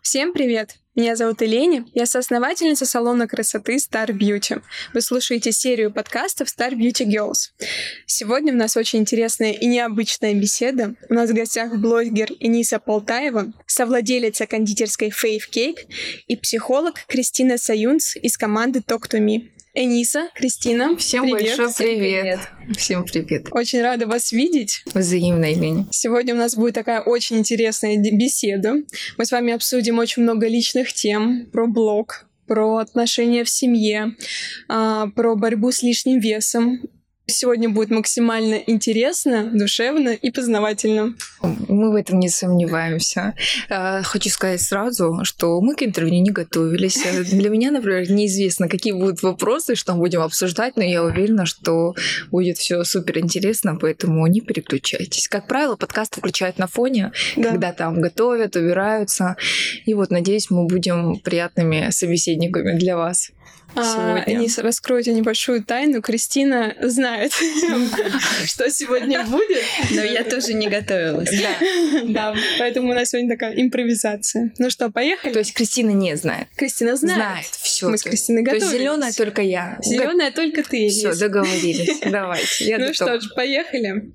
Всем привет! Меня зовут Элени, я соосновательница салона красоты Star Beauty. Вы слушаете серию подкастов Star Beauty Girls. Сегодня у нас очень интересная и необычная беседа. У нас в гостях блогер Эниса Полтаева, совладелица кондитерской Fave Cake и психолог Кристина Саюнц из команды Talk to Me. Эниса, Кристина, всем привет. Большой привет. Всем привет. Очень рада вас видеть. Взаимно, Элени. Сегодня у нас будет такая очень интересная беседа. Мы с вами обсудим очень много личных тем про блог, про отношения в семье, про борьбу с лишним весом. Сегодня будет максимально интересно, душевно и познавательно. Мы в этом не сомневаемся. Хочу сказать сразу, что мы к интервью не готовились. Для меня, например, неизвестно, какие будут вопросы, что мы будем обсуждать, но я уверена, что будет все супер интересно, поэтому не переключайтесь. Как правило, подкасты включают на фоне, когда там готовят, убираются. И вот, надеюсь, мы будем приятными собеседниками для вас. Эниса, раскройте небольшую тайну. Кристина знает, что сегодня будет. Но я тоже не готовилась. Да, поэтому у нас сегодня такая импровизация. Ну что, поехали? То есть Кристина не знает? Кристина знает. Знает, все. Мы с Кристиной готовились. То есть зеленая только я. Зеленая только ты. Все, договорились. Давайте. Я готова. Что ж, поехали.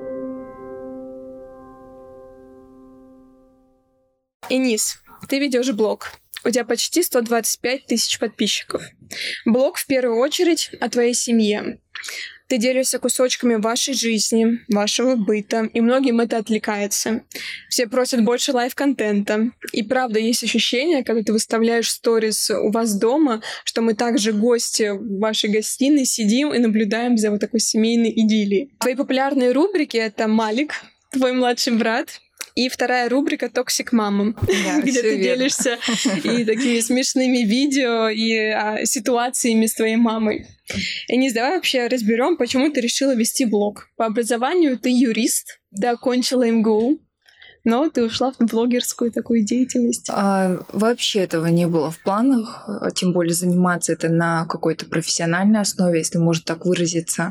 Энис, ты ведешь блог. У тебя почти 125 тысяч подписчиков. Блог в первую очередь о твоей семье. Ты делишься кусочками вашей жизни, вашего быта, и многим это отвлекается. Все просят больше лайв-контента. И правда, есть ощущение, когда ты выставляешь сторис у вас дома, что мы также гости в вашей гостиной сидим и наблюдаем за вот такой семейной идиллией. Твои популярные рубрики — это Малик, твой младший брат, и вторая рубрика «Токсик мама», где ты делишься и такими смешными видео, и ситуациями с твоей мамой. Энис, давай вообще разберем, почему ты решила вести блог. По образованию ты юрист, ты окончила МГУ, но ты ушла в блогерскую такую деятельность. Вообще этого не было в планах, тем более заниматься это на какой-то профессиональной основе, если можно так выразиться.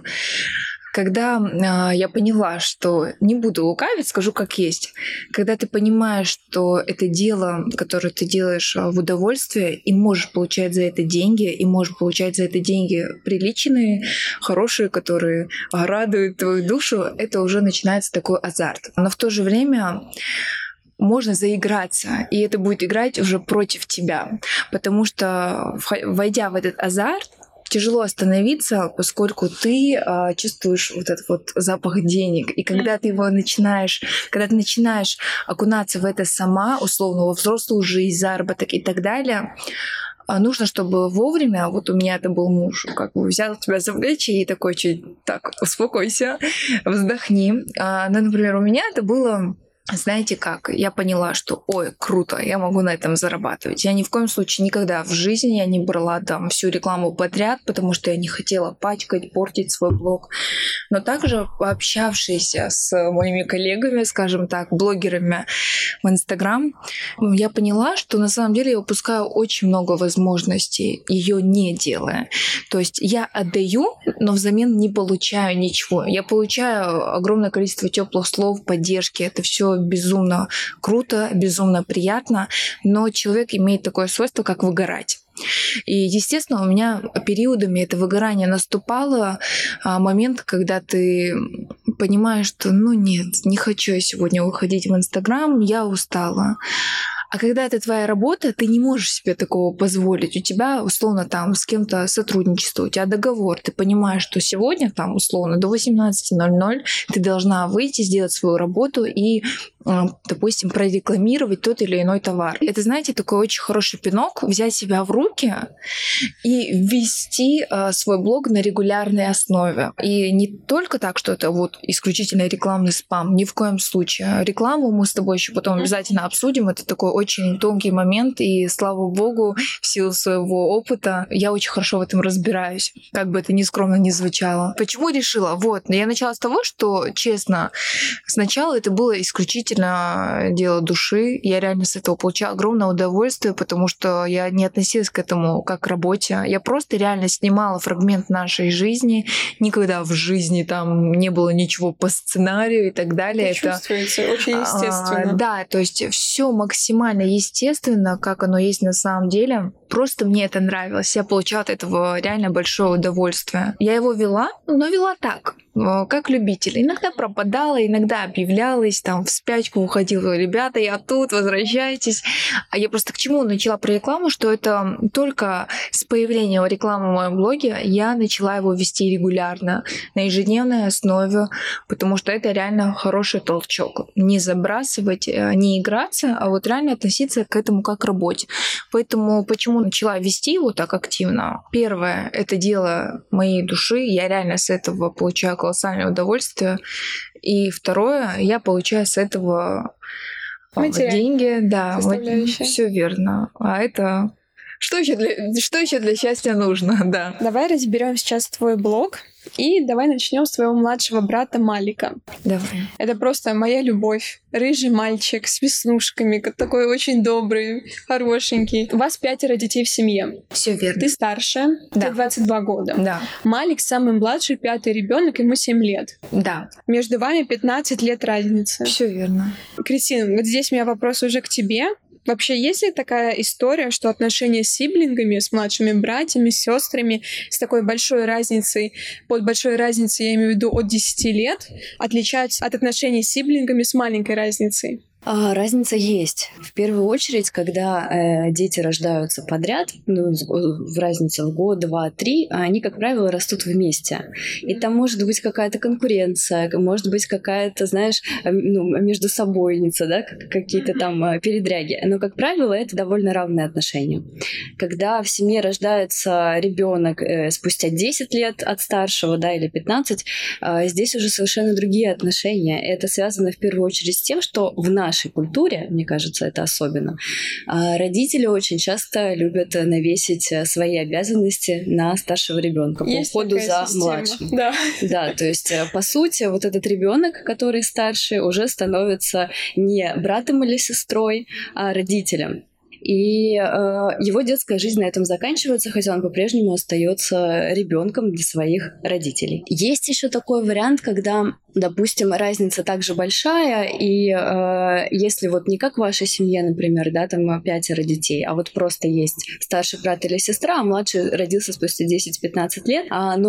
Когда я поняла, что не буду лукавить, скажу как есть. Когда ты понимаешь, что это дело, которое ты делаешь в удовольствие, и можешь получать за это деньги, и можешь получать за это деньги приличные, хорошие, которые радуют твою душу, это уже начинается такой азарт. Но в то же время можно заиграться, и это будет играть уже против тебя. Потому что, войдя в этот азарт, тяжело остановиться, поскольку ты чувствуешь вот этот вот запах денег. И когда ты начинаешь окунаться в это сама, условно, во взрослую жизнь, заработок и так далее, нужно, чтобы вовремя, вот у меня это был муж, как бы взял тебя за плечи и такой чуть так, успокойся, вздохни. Ну, например, у меня это было... Знаете как? Я поняла, что ой, круто, я могу на этом зарабатывать. Я ни в коем случае никогда в жизни я не брала там всю рекламу подряд, потому что я не хотела пачкать, портить свой блог. Но также, пообщавшись с моими коллегами, скажем так, блогерами в Инстаграм, я поняла, что на самом деле я упускаю очень много возможностей, ее не делая. То есть я отдаю, но взамен не получаю ничего. Я получаю огромное количество теплых слов, поддержки. Это все безумно круто, безумно приятно, но человек имеет такое свойство, как выгорать. И, естественно, у меня периодами это выгорание наступало, момент, когда ты понимаешь, что ну нет, не хочу я сегодня выходить в Инстаграм, я устала. А когда это твоя работа, ты не можешь себе такого позволить. У тебя, условно, там с кем-то сотрудничество, у тебя договор. Ты понимаешь, что сегодня, там, условно, до 18:00 ты должна выйти, сделать свою работу и, допустим, прорекламировать тот или иной товар. Это, знаете, такой очень хороший пинок взять себя в руки и вести свой блог на регулярной основе. И не только так, что это вот исключительно рекламный спам, ни в коем случае. Рекламу мы с тобой еще потом обязательно обсудим. Это такой очень тонкий момент, и, слава богу, в силу своего опыта я очень хорошо в этом разбираюсь, как бы это ни скромно ни звучало. Почему решила? Вот, я начала с того, что, честно, сначала это было исключительно действительно дело души. Я реально с этого получала огромное удовольствие, потому что я не относилась к этому как к работе. Я просто реально снимала фрагмент нашей жизни. Никогда в жизни там не было ничего по сценарию и так далее. Это чувствуется очень естественно. Да, то есть все максимально естественно, как оно есть на самом деле. Просто мне это нравилось. Я получала от этого реально большое удовольствие. Я его вела, но вела так, как любитель. Иногда пропадала, иногда объявлялась, там в спячку уходила. Ребята, я тут, возвращайтесь. А я просто к чему начала про рекламу, что это только с появлением рекламы в моем блоге я начала его вести регулярно, на ежедневной основе, потому что это реально хороший толчок. Не забрасывать, не играться, а вот реально относиться к этому как к работе. Поэтому почему начала вести его так активно? Первое, это дело моей души. Я реально с этого получаю колоссальное удовольствие. И второе, я получаю с этого деньги. Да, все верно. А это что еще для счастья нужно? Да. Давай разберем сейчас твой блог. И давай начнем с твоего младшего брата Малика. Давай. Это просто моя любовь. Рыжий мальчик с веснушками, такой очень добрый, хорошенький. У вас 5 детей в семье. Все верно. Ты старшая, да. Тебе 22 года. Да. Малик самый младший, 5-й ребенок, ему 7 лет. Да. Между вами 15 лет разницы. Все верно. Кристина, вот здесь у меня вопрос уже к тебе. Вообще, есть ли такая история, что отношения с сиблингами, с младшими братьями, с сестрами, с такой большой разницей, под большой разницей я имею в виду от 10 лет, отличаются от отношений с сиблингами с маленькой разницей? Разница есть. В первую очередь, когда дети рождаются подряд, в разнице в год, 2, 3, они, как правило, растут вместе. И там может быть какая-то конкуренция, может быть какая-то, знаешь, между собойница, да, какие-то там передряги. Но, как правило, это довольно равные отношения. Когда в семье рождается ребенок спустя 10 лет от старшего, да, или 15, здесь уже совершенно другие отношения. Это связано в первую очередь с тем, что в нашей культуре, мне кажется, это особенно, родители очень часто любят навесить свои обязанности на старшего ребенка по уходу за младшим. Да. Да, то есть, по сути, вот этот ребенок, который старший, уже становится не братом или сестрой, а родителем. И его детская жизнь на этом заканчивается, хотя он по-прежнему остается ребенком для своих родителей. Есть еще такой вариант, когда, допустим, разница также большая, и если вот не как в вашей семье, например, да, там 5 детей, а вот просто есть старший брат или сестра, а младший родился спустя 10-15 лет,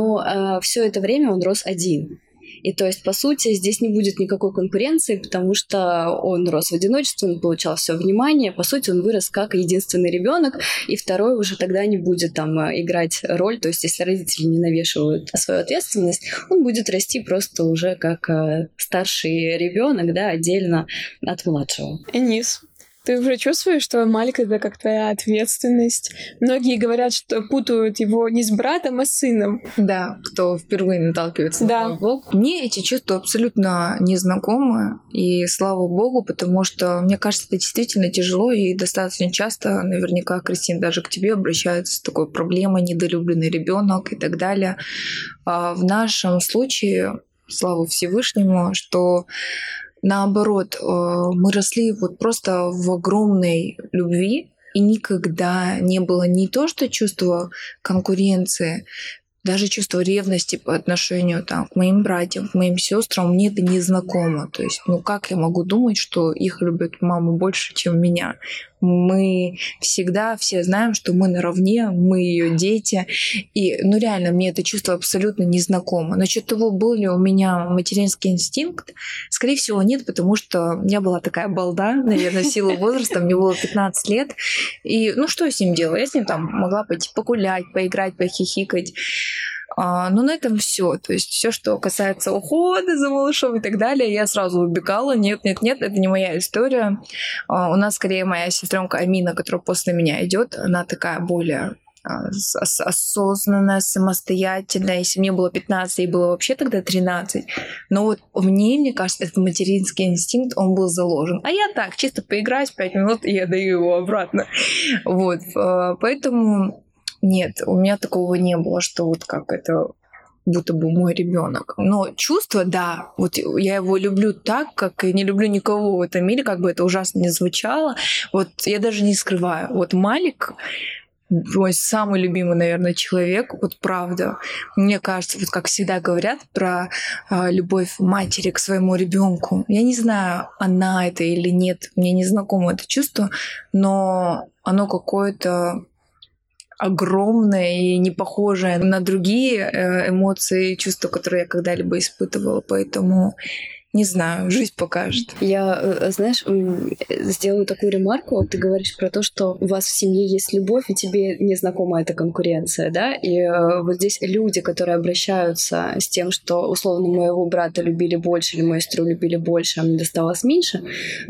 но все это время он рос один. И то есть, по сути, здесь не будет никакой конкуренции, потому что он рос в одиночестве, он получал все внимание. По сути, он вырос как единственный ребенок, и второй уже тогда не будет там играть роль. То есть, если родители не навешивают свою ответственность, он будет расти просто уже как старший ребенок, да, отдельно от младшего. Энис, ты уже чувствуешь, что Малик — это как твоя ответственность? Многие говорят, что путают его не с братом, а с сыном. Да, кто впервые наталкивается на мой блог. Мне эти чувства абсолютно незнакомы, и слава богу, потому что, мне кажется, это действительно тяжело, и достаточно часто, наверняка, Кристина, даже к тебе обращаются с такой проблемой, недолюбленный ребенок и так далее. А в нашем случае, слава Всевышнему, что наоборот, мы росли вот просто в огромной любви, и никогда не было не то, что чувство конкуренции, даже чувство ревности по отношению там, к моим братьям, к моим сестрам, мне это не знакомо. То есть, как я могу думать, что их любят маму больше, чем меня? Мы всегда все знаем, что мы наравне, мы ее дети. И, реально, мне это чувство абсолютно незнакомо. Насчет того, был ли у меня материнский инстинкт, скорее всего, нет, потому что я была такая балда, наверное, в силу возраста, мне было 15 лет. И, что я с ним делала? Я с ним там могла пойти погулять, поиграть, похихикать. Но на этом все. То есть все, что касается ухода за малышом и так далее, я сразу убегала. Нет, это не моя история. У нас скорее моя сестренка Амина, которая после меня идет, она такая более осознанная, самостоятельная. Если мне было 15, ей было вообще тогда 13. Но вот в ней, мне кажется, этот материнский инстинкт, он был заложен. А я так, чисто поиграть 5 минут, и я даю его обратно. Вот. Поэтому нет, у меня такого не было, что вот как это будто бы мой ребенок. Но чувство, да, вот я его люблю так, как и не люблю никого в этом мире, как бы это ужасно не звучало. Вот я даже не скрываю. Вот Малик мой самый любимый, наверное, человек, вот правда. Мне кажется, вот как всегда говорят про любовь матери к своему ребенку. Я не знаю, она это или нет, мне не знакомо это чувство, но оно какое-то огромное и не похожее на другие эмоции и чувства, которые я когда-либо испытывала. Поэтому не знаю, жизнь покажет. Я, знаешь, сделаю такую ремарку. Ты говоришь про то, что у вас в семье есть любовь, и тебе не знакома эта конкуренция, да? И вот здесь люди, которые обращаются с тем, что, условно, моего брата любили больше или мою сестру любили больше, а мне досталось меньше,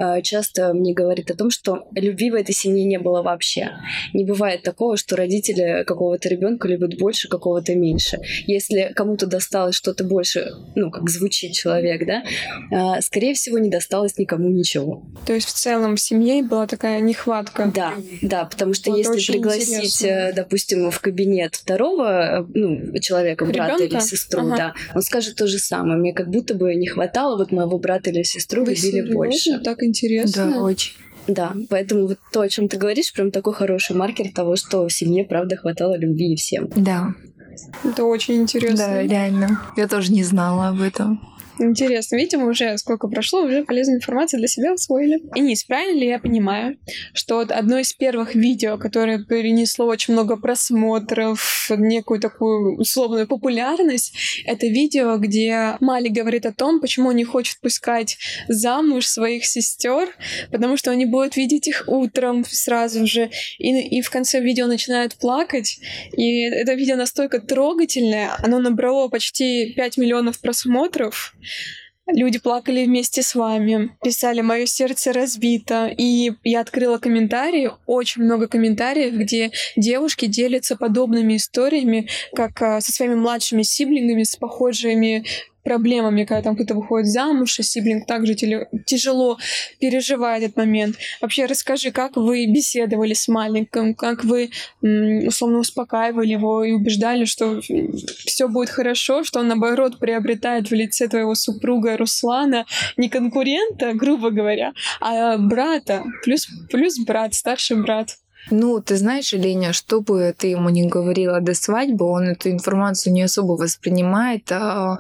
часто мне говорят о том, что любви в этой семье не было вообще. Не бывает такого, что родители какого-то ребенка любят больше, какого-то меньше. Если кому-то досталось что-то больше, ну, как звучит человек, да, скорее всего, не досталось никому ничего. То есть в целом в семье была такая нехватка. Да, потому что Вот если пригласить, допустим, в кабинет второго человека, брата или сестру, да, он скажет то же самое. Мне как будто бы не хватало вот моего брата или сестру, любили больше. Так интересно. Да, очень. Да, поэтому вот то, о чем ты говоришь, прям такой хороший маркер того, что в семье, правда, хватало любви всем. Да. Это очень интересно. Да, реально. Я тоже не знала об этом. Интересно. Видимо, уже сколько прошло, уже полезную информацию для себя усвоили. Инис, правильно ли я понимаю, что вот одно из первых видео, которое перенесло очень много просмотров, некую такую условную популярность, это видео, где Мали говорит о том, почему он не хочет пускать замуж своих сестер, потому что он не будет видеть их утром сразу же. И в конце видео начинает плакать. И это видео настолько трогательное, оно набрало почти 5 миллионов просмотров. Люди плакали вместе с вами, писали «Мое сердце разбито». И я открыла комментарии, очень много комментариев, где девушки делятся подобными историями, как со своими младшими сиблингами, с похожими проблемами, когда там кто-то выходит замуж, и сиблинг также тяжело переживает этот момент. Вообще расскажи, как вы беседовали с маленьким, как вы условно успокаивали его и убеждали, что все будет хорошо, что он, наоборот, приобретает в лице твоего супруга Руслана не конкурента, грубо говоря, а брата, плюс брат, старший брат. Ну, ты знаешь, Леня, что бы ты ему ни говорила до свадьбы, он эту информацию не особо воспринимает.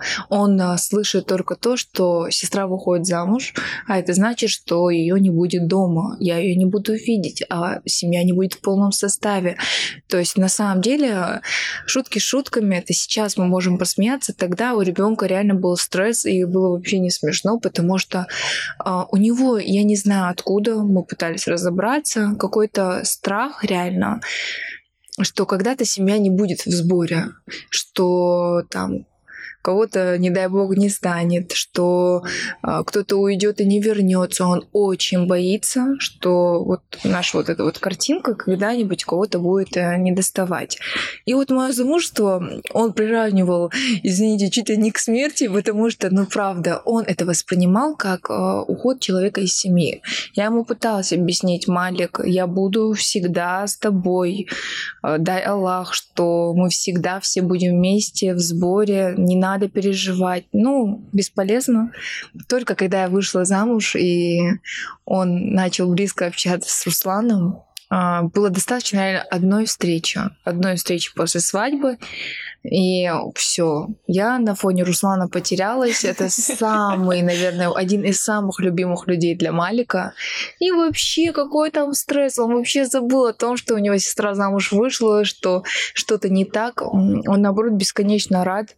Он слышит только то, что сестра выходит замуж, а это значит, что ее не будет дома, я ее не буду видеть, а семья не будет в полном составе. То есть, на самом деле, шутки шутками, это сейчас мы можем посмеяться, тогда у ребенка реально был стресс, и было вообще не смешно, потому что у него, я не знаю откуда, мы пытались разобраться, какой-то страх реально, что когда-то семья не будет в сборе, что там кого-то, не дай бог, не станет, что кто-то уйдет и не вернется. Он очень боится, что вот наша вот эта вот картинка когда-нибудь кого-то будет не доставать. И вот мое замужество он приравнивал, извините, чуть ли не к смерти, потому что, ну правда, он это воспринимал как уход человека из семьи. Я ему пыталась объяснить: Малик, я буду всегда с тобой. Дай Аллах, что мы всегда все будем вместе в сборе, не надо переживать. Ну, бесполезно. Только когда я вышла замуж, и он начал близко общаться с Русланом, было достаточно реально одной встречи после свадьбы, и все. Я на фоне Руслана потерялась. Это самый, наверное, один из самых любимых людей для Малика. И вообще, какой там стресс. Он вообще забыл о том, что у него сестра замуж вышла, что что-то не так. Он, наоборот, бесконечно рад,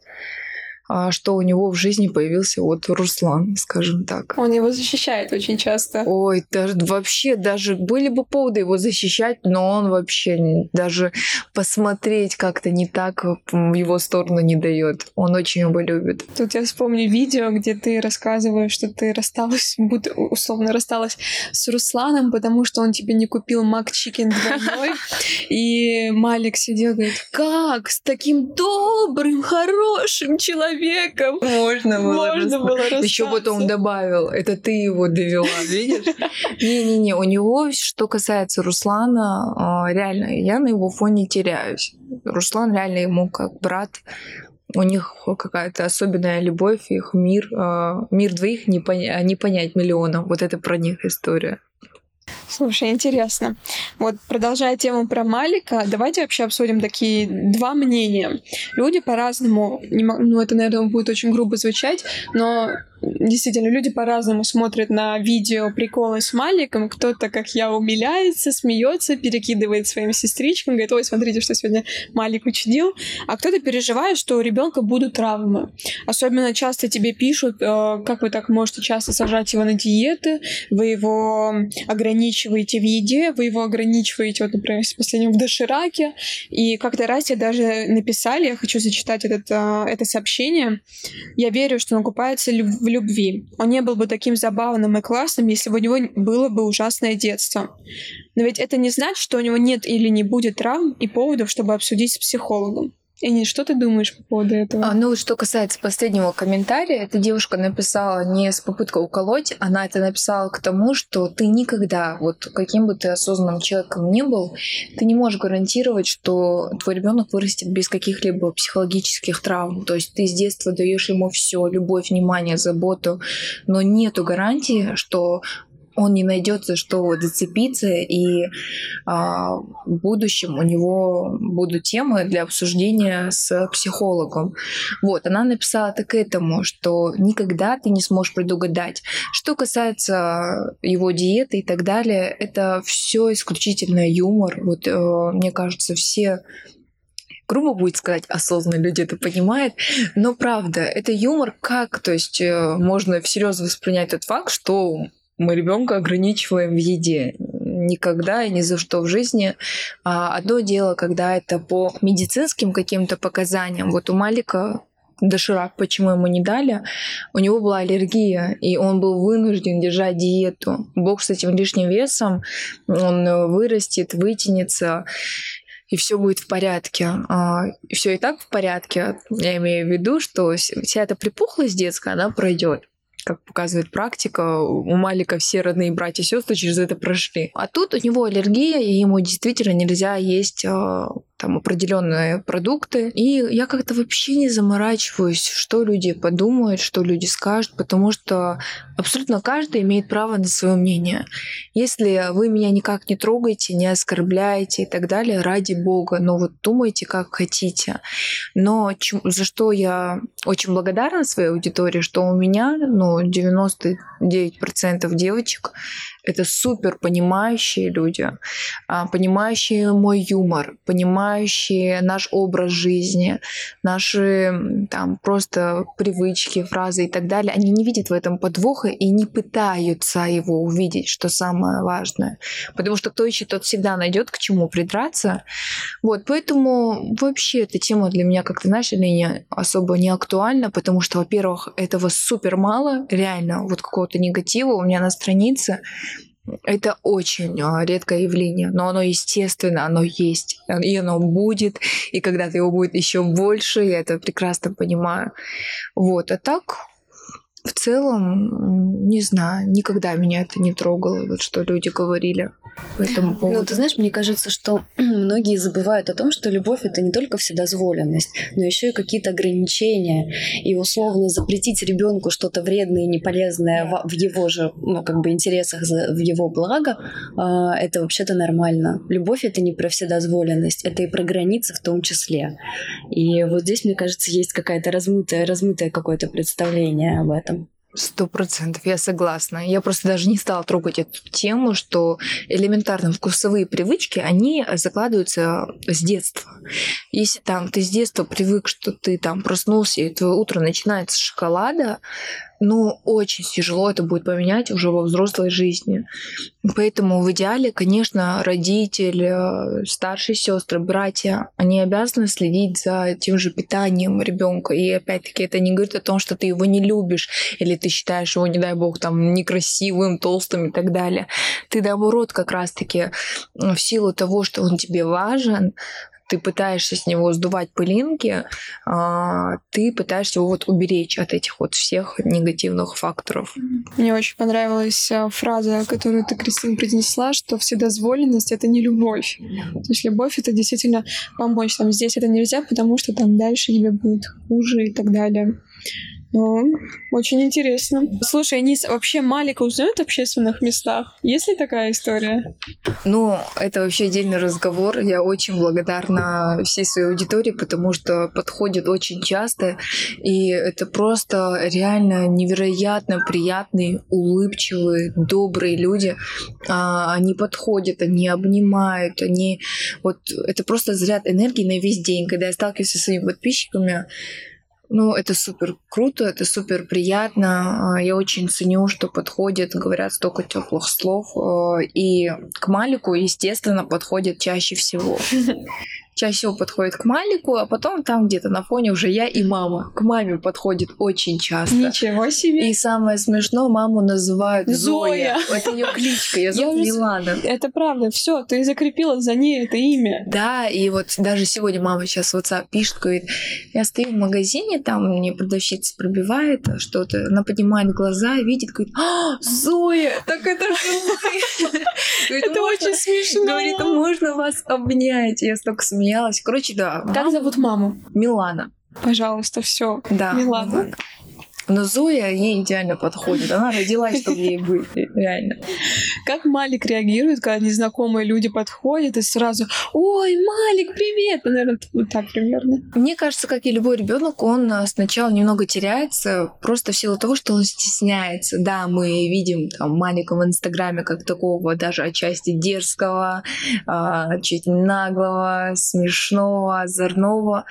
что у него в жизни появился вот Руслан, скажем так. Он его защищает очень часто. Ой, даже были бы поводы его защищать, но он вообще даже посмотреть как-то не так в его сторону не дает. Он очень его любит. Тут я вспомню видео, где ты рассказываешь, что ты условно рассталась с Русланом, потому что он тебе не купил мак-чикен двойной. И Малик сидел и говорит: как с таким добрым, хорошим человеком можно было расстаться. Еще потом добавил: это ты его довела, видишь? Не-не-не, у него, что касается Руслана, реально, я на его фоне теряюсь. Руслан реально ему как брат. у них какая-то особенная любовь, их мир, мир двоих не понять миллионам. Вот это про них история. Слушай, интересно. Вот продолжая тему про Малика, давайте вообще обсудим такие два мнения. Люди по-разному, это, наверное, будет очень грубо звучать, но действительно, люди по-разному смотрят на видео приколы с Маликом. Кто-то, как я, умиляется, смеется, перекидывает своим сестричкам, говорит: ой, смотрите, что сегодня Малик учудил. А кто-то переживает, что у ребенка будут травмы. Особенно часто тебе пишут, как вы так можете часто сажать его на диеты, вы его ограничиваете в еде, вы его ограничиваете, вот, например, с последним в дошираке. И как-то раз тебе даже написали, я хочу зачитать это сообщение: я верю, что он купается в любви. Он не был бы таким забавным и классным, если бы у него было бы ужасное детство. Но ведь это не значит, что у него нет или не будет травм и поводов, чтобы обсудить с психологом. Энни, что ты думаешь по поводу этого? Что касается последнего комментария, эта девушка написала не с попыткой уколоть, она это написала к тому, что ты никогда, вот каким бы ты осознанным человеком ни был, ты не можешь гарантировать, что твой ребенок вырастет без каких-либо психологических травм. То есть ты с детства даешь ему все, любовь, внимание, заботу, но нету гарантии, что он не найдет за что зацепиться, и в будущем у него будут темы для обсуждения с психологом. Вот, она написала так к этому, что никогда ты не сможешь предугадать. Что касается его диеты и так далее, это все исключительно юмор. Вот, мне кажется, все, грубо будет сказать, осознанные люди это понимают, но правда, это юмор как, то есть можно всерьез воспринять тот факт, что мы ребенка ограничиваем в еде. Никогда и ни за что в жизни. Одно дело, когда это по медицинским каким-то показаниям. Вот у Малика доширак, почему ему не дали, у него была аллергия, и он был вынужден держать диету. Бог с этим лишним весом, он вырастет, вытянется, и все будет в порядке. Все и так в порядке. Я имею в виду, что вся эта припухлость детская, она пройдет. Как показывает практика, у Малика все родные братья и сестры через это прошли. А тут у него аллергия, и ему действительно нельзя есть там определенные продукты. И я как-то вообще не заморачиваюсь, что люди подумают, что люди скажут, потому что абсолютно каждый имеет право на свое мнение. Если вы меня никак не трогаете, не оскорбляете и так далее, ради бога, но вот думайте, как хотите. Но за что я очень благодарна своей аудитории, что у меня 99% девочек — это супер понимающие люди, понимающие мой юмор, понимающие наш образ жизни, наши там просто привычки, фразы и так далее. Они не видят в этом подвоха и не пытаются его увидеть, что самое важное. Потому что кто ищет, тот всегда найдет к чему придраться. Вот, поэтому вообще эта тема для меня, как ты знаешь, или особо не актуальна, потому что, во-первых, этого супер мало, реально, вот какого-то негатива у меня на странице. Это очень редкое явление, но оно естественно, оно есть, и оно будет, и когда-то его будет еще больше, я это прекрасно понимаю. Вот, а так, в целом, не знаю, никогда меня это не трогало, вот что люди говорили по этому поводу. Ты знаешь, мне кажется, что многие забывают о том, что любовь — это не только вседозволенность, но еще и какие-то ограничения. И условно запретить ребенку что-то вредное и неполезное в его же, интересах, в его благо, это вообще-то нормально. Любовь — это не про вседозволенность, это и про границы в том числе. И вот здесь, мне кажется, есть какое-то размытое какое-то представление об этом. 100%, я согласна. Я просто даже не стала трогать эту тему, что элементарно вкусовые привычки, они закладываются с детства. Если там ты с детства привык, что ты там проснулся, и твое утро начинается с шоколада, очень тяжело это будет поменять уже во взрослой жизни. Поэтому в идеале, конечно, родители, старшие сестры, братья, они обязаны следить за тем же питанием ребенка. И опять-таки это не говорит о том, что ты его не любишь, или ты считаешь его, не дай бог, там некрасивым, толстым и так далее. Ты, наоборот, как раз-таки в силу того, что он тебе важен, ты пытаешься с него сдувать пылинки, ты пытаешься его вот уберечь от этих вот всех негативных факторов. Мне очень понравилась фраза, которую ты, Кристина, произнесла, что вседозволенность — это не любовь. То есть любовь — это действительно помочь. Там здесь это нельзя, потому что там дальше тебе будет хуже и так далее. Ну, очень интересно. Слушай, Энис, вообще Малика узнают в общественных местах? Есть ли такая история? Ну, это вообще отдельный разговор. Я очень благодарна всей своей аудитории, потому что подходят очень часто, и это просто реально невероятно приятные, улыбчивые, добрые люди. Они подходят, они обнимают, они... Вот это просто заряд энергии на весь день. Когда я сталкиваюсь со своими подписчиками, ну, это супер круто, это супер приятно. Я очень ценю, что подходят, говорят столько теплых слов. И к Малику, естественно, подходят чаще всего. Чаще всего подходит к Малику, а потом там где-то на фоне уже я и мама. К маме подходит очень часто. Ничего себе! И самое смешное, маму называют Зоя. Это ее кличка, ее зовут Милана. Это правда, все, ты закрепила за ней это имя. Да, и вот даже сегодня мама сейчас в WhatsApp пишет, говорит, я стою в магазине, там мне продавщица пробивает что-то, она поднимает глаза, видит, говорит, Зоя, так это же вы. Это очень смешно. Говорит, можно вас обнять? Я столько смеялась. Короче, да. Как зовут маму? Милана. Пожалуйста, все. Да. Милана. Но Зоя ей идеально подходит. Она родилась, чтобы ей быть. Реально. Как Малик реагирует, когда незнакомые люди подходят и сразу «Ой, Малик, привет!» Наверное, вот так примерно. Мне кажется, как и любой ребенок, он сначала немного теряется, просто в силу того, что он стесняется. Да, мы видим там Малика в Инстаграме как такого даже отчасти дерзкого, чуть наглого, смешного, озорного.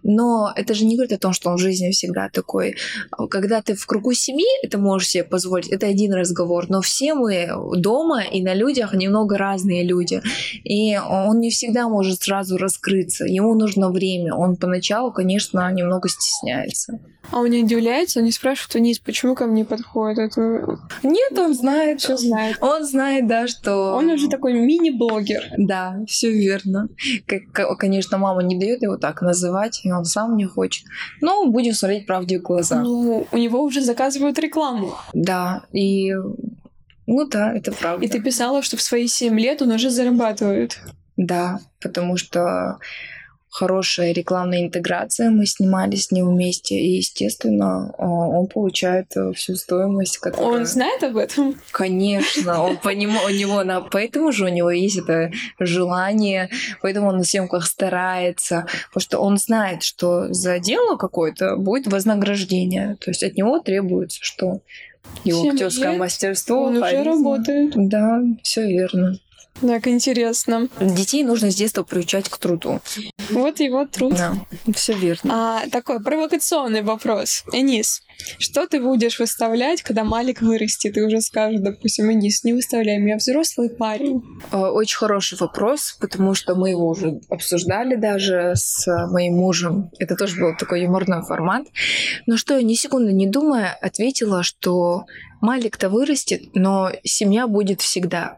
Но это же не говорит о том, что он в жизни всегда такой. Когда ты в кругу семьи это можешь себе позволить, это один разговор, но все мы дома и на людях немного разные люди, и он не всегда может сразу раскрыться, ему нужно время, он поначалу, конечно, немного стесняется. А он не удивляется, он не спрашивает вниз, почему ко мне подходит? Это... Нет, он знает. Все знает. Он знает, да, что... Он уже такой мини-блогер. Да, все верно. Конечно, мама не дает его так называть, и он сам не хочет. Но будем смотреть правде в глаза. Ну, у него уже заказывают рекламу. Да, и... Ну да, это правда. И ты писала, что в свои 7 лет он уже зарабатывает. Да, потому что хорошая рекламная интеграция, мы снимали с ним вместе, и, естественно, он получает всю стоимость, которая... Он знает об этом? Конечно, он понимает, у него, поэтому же у него есть это желание, поэтому он на съемках старается, потому что он знает, что за дело какое-то будет вознаграждение, то есть от него требуется, что его актерское мастерство, он уже работает. Да, все верно. Так интересно. Детей нужно с детства приучать к труду. Вот его труд. Да, все верно. Такой провокационный вопрос. Энис, что ты будешь выставлять, когда Малик вырастет? И уже скажет, допустим, Энис, не выставляй, я взрослый парень. Очень хороший вопрос, потому что мы его уже обсуждали даже с моим мужем. Это тоже был такой юморной формат. Но что я ни секунды не думая ответила, что Малик-то вырастет, но семья будет всегда.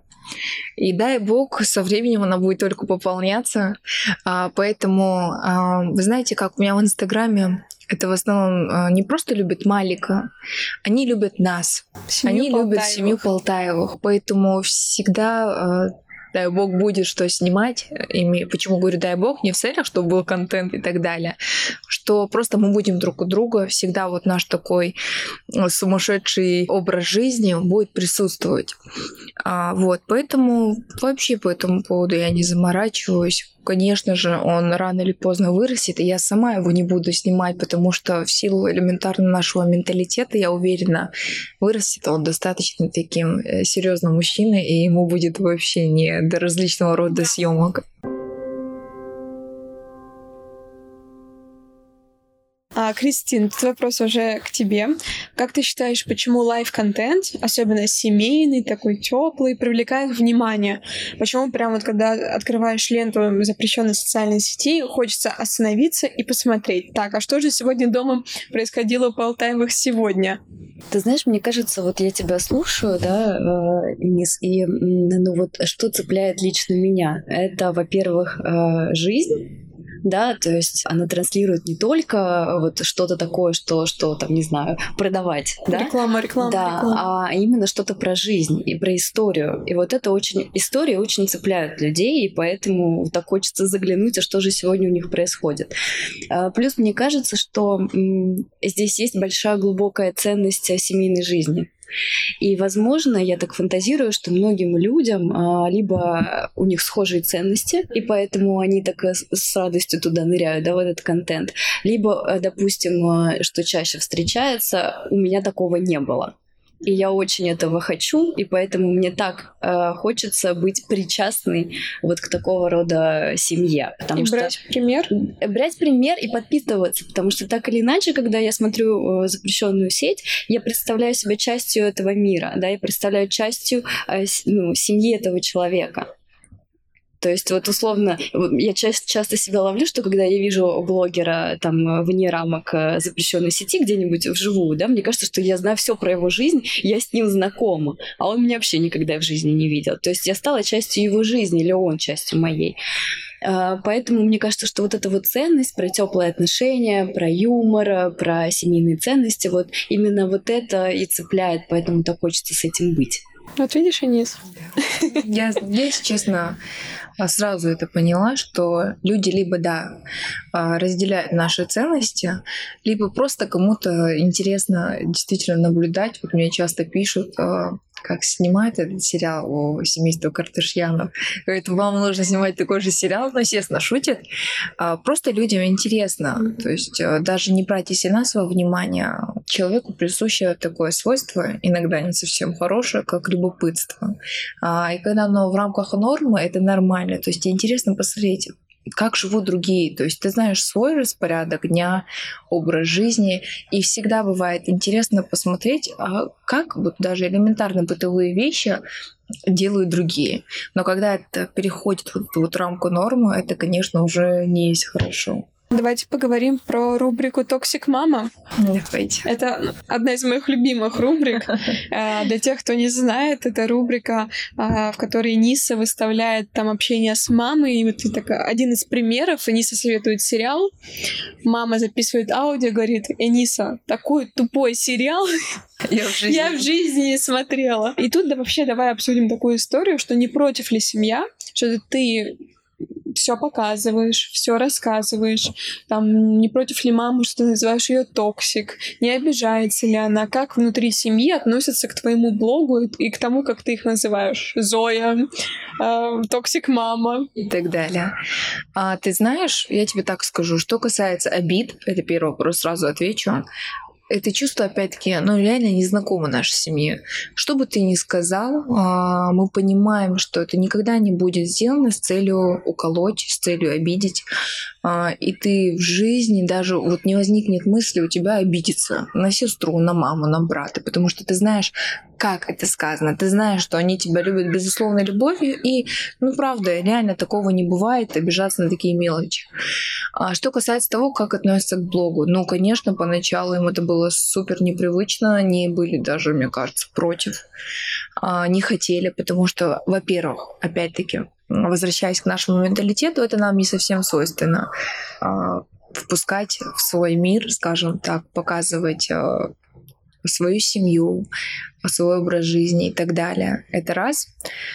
И дай бог, со временем она будет только пополняться. Поэтому, вы знаете, как у меня в Инстаграме, это в основном не просто любят Малика, они любят нас. Они любят семью Полтаевых. Поэтому всегда... дай бог, будет что снимать. И почему говорю дай бог? Не в целях, чтобы был контент и так далее. Что просто мы будем друг у друга. Всегда вот наш такой сумасшедший образ жизни будет присутствовать. Вот. Поэтому вообще по этому поводу я не заморачиваюсь. Конечно же, он рано или поздно вырастет, и я сама его не буду снимать, потому что в силу элементарно нашего менталитета, я уверена, вырастет он достаточно таким серьезным мужчиной, и ему будет вообще не до различного рода съемок. Кристин, этот вопрос уже к тебе. Как ты считаешь, почему лайв-контент, особенно семейный, такой теплый, привлекает внимание? Почему прямо вот когда открываешь ленту запрещенной социальной сети, хочется остановиться и посмотреть? Так, а что же сегодня дома происходило у Полтаевых сегодня? Ты знаешь, мне кажется, вот я тебя слушаю, да, Денис, и ну вот что цепляет лично меня? Это, во-первых, жизнь, да, то есть она транслирует не только вот что-то такое, что там, не знаю, продавать, да? Реклама, да, а именно что-то про жизнь и про историю. И вот это истории очень цепляют людей, и поэтому так хочется заглянуть, а что же сегодня у них происходит. Плюс мне кажется, что здесь есть большая глубокая ценность семейной жизни. И, возможно, я так фантазирую, что многим людям либо у них схожие ценности, и поэтому они так с радостью туда ныряют, да, в этот контент, либо, допустим, что чаще встречается, у меня такого не было. И я очень этого хочу, и поэтому мне так хочется быть причастной вот к такого рода семье. И брать пример? Брать пример и подпитываться, потому что так или иначе, когда я смотрю запрещенную сеть, я представляю себя частью этого мира, да, я представляю частью семьи этого человека. То есть вот условно, я часто себя ловлю, что когда я вижу блогера там вне рамок запрещенной сети где-нибудь вживую, да, мне кажется, что я знаю все про его жизнь, я с ним знакома, а он меня вообще никогда в жизни не видел. То есть я стала частью его жизни, или он частью моей. Поэтому мне кажется, что вот эта вот ценность про теплые отношения, про юмор, про семейные ценности, вот именно вот это и цепляет, поэтому так хочется с этим быть. Вот видишь, Энис? Я, если честно, сразу это поняла, что люди либо, да, разделяют наши ценности, либо просто кому-то интересно действительно наблюдать. Вот мне часто пишут, как снимают этот сериал о семействе Кардашьянов. Говорят, вам нужно снимать такой же сериал, но, естественно, шутят. Просто людям интересно. То есть даже не брать из нас во внимание, человеку присуще такое свойство, иногда не совсем хорошее, как любопытство. И когда оно в рамках нормы, это нормально. То есть тебе интересно посмотреть, как живут другие. То есть ты знаешь свой распорядок дня, образ жизни, и всегда бывает интересно посмотреть, как вот даже элементарно бытовые вещи делают другие. Но когда это переходит в рамку нормы, это, конечно, уже не есть хорошо. Давайте поговорим про рубрику «Токсик Мама». Давайте. Это одна из моих любимых рубрик. Для тех, кто не знает, это рубрика, в которой Ниса выставляет там общение с мамой. И вот это один из примеров. Ниса советует сериал. Мама записывает аудио, говорит: «Эниса, такой тупой сериал я в жизни не смотрела». И тут вообще давай обсудим такую историю, что не против ли семья, что ты все показываешь, все рассказываешь, там, не против ли мамы, что ты называешь ее токсик, не обижается ли она, как внутри семьи относятся к твоему блогу и к тому, как ты их называешь, Зоя, токсик мама и так далее. Ты знаешь, я тебе так скажу, что касается обид, это первый вопрос, сразу отвечу. Это чувство, опять-таки, реально незнакомо нашей семье. Что бы ты ни сказал, мы понимаем, что это никогда не будет сделано с целью уколоть, с целью обидеть. И ты в жизни даже вот не возникнет мысли у тебя обидеться на сестру, на маму, на брата, потому что ты знаешь, как это сказано. Ты знаешь, что они тебя любят безусловной любовью, и, правда, реально такого не бывает, обижаться на такие мелочи. Что касается того, как относятся к блогу, конечно, поначалу им это было супер непривычно, они были даже, мне кажется, против, не хотели, потому что, во-первых, опять-таки, возвращаясь к нашему менталитету, это нам не совсем свойственно впускать в свой мир, скажем так, показывать свою семью, свой образ жизни и так далее. Это раз.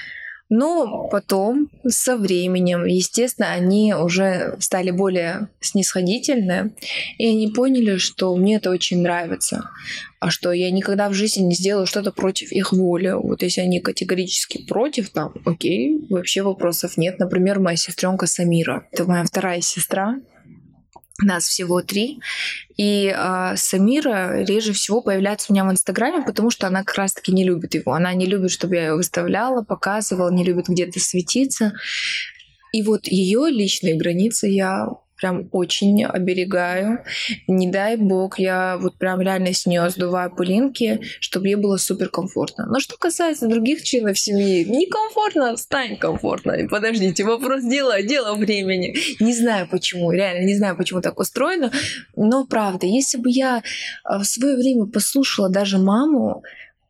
Но потом, со временем, естественно, они уже стали более снисходительны, и они поняли, что мне это очень нравится, а что я никогда в жизни не сделаю что-то против их воли. Вот если они категорически против, там, окей, вообще вопросов нет. Например, моя сестренка Самира. Это моя вторая сестра. Нас всего 3. И Самира реже всего появляется у меня в Инстаграме, потому что она как раз-таки не любит его. Она не любит, чтобы я ее выставляла, показывала, не любит где-то светиться. И вот ее личные границы я прям очень оберегаю. Не дай бог, я вот прям реально с нее сдуваю пылинки, чтобы ей было супер комфортно. Но что касается других членов семьи, некомфортно, стань комфортно. Подождите, вопрос дело времени. Не знаю почему, реально не знаю, почему так устроено, но правда, если бы я в свое время послушала даже маму,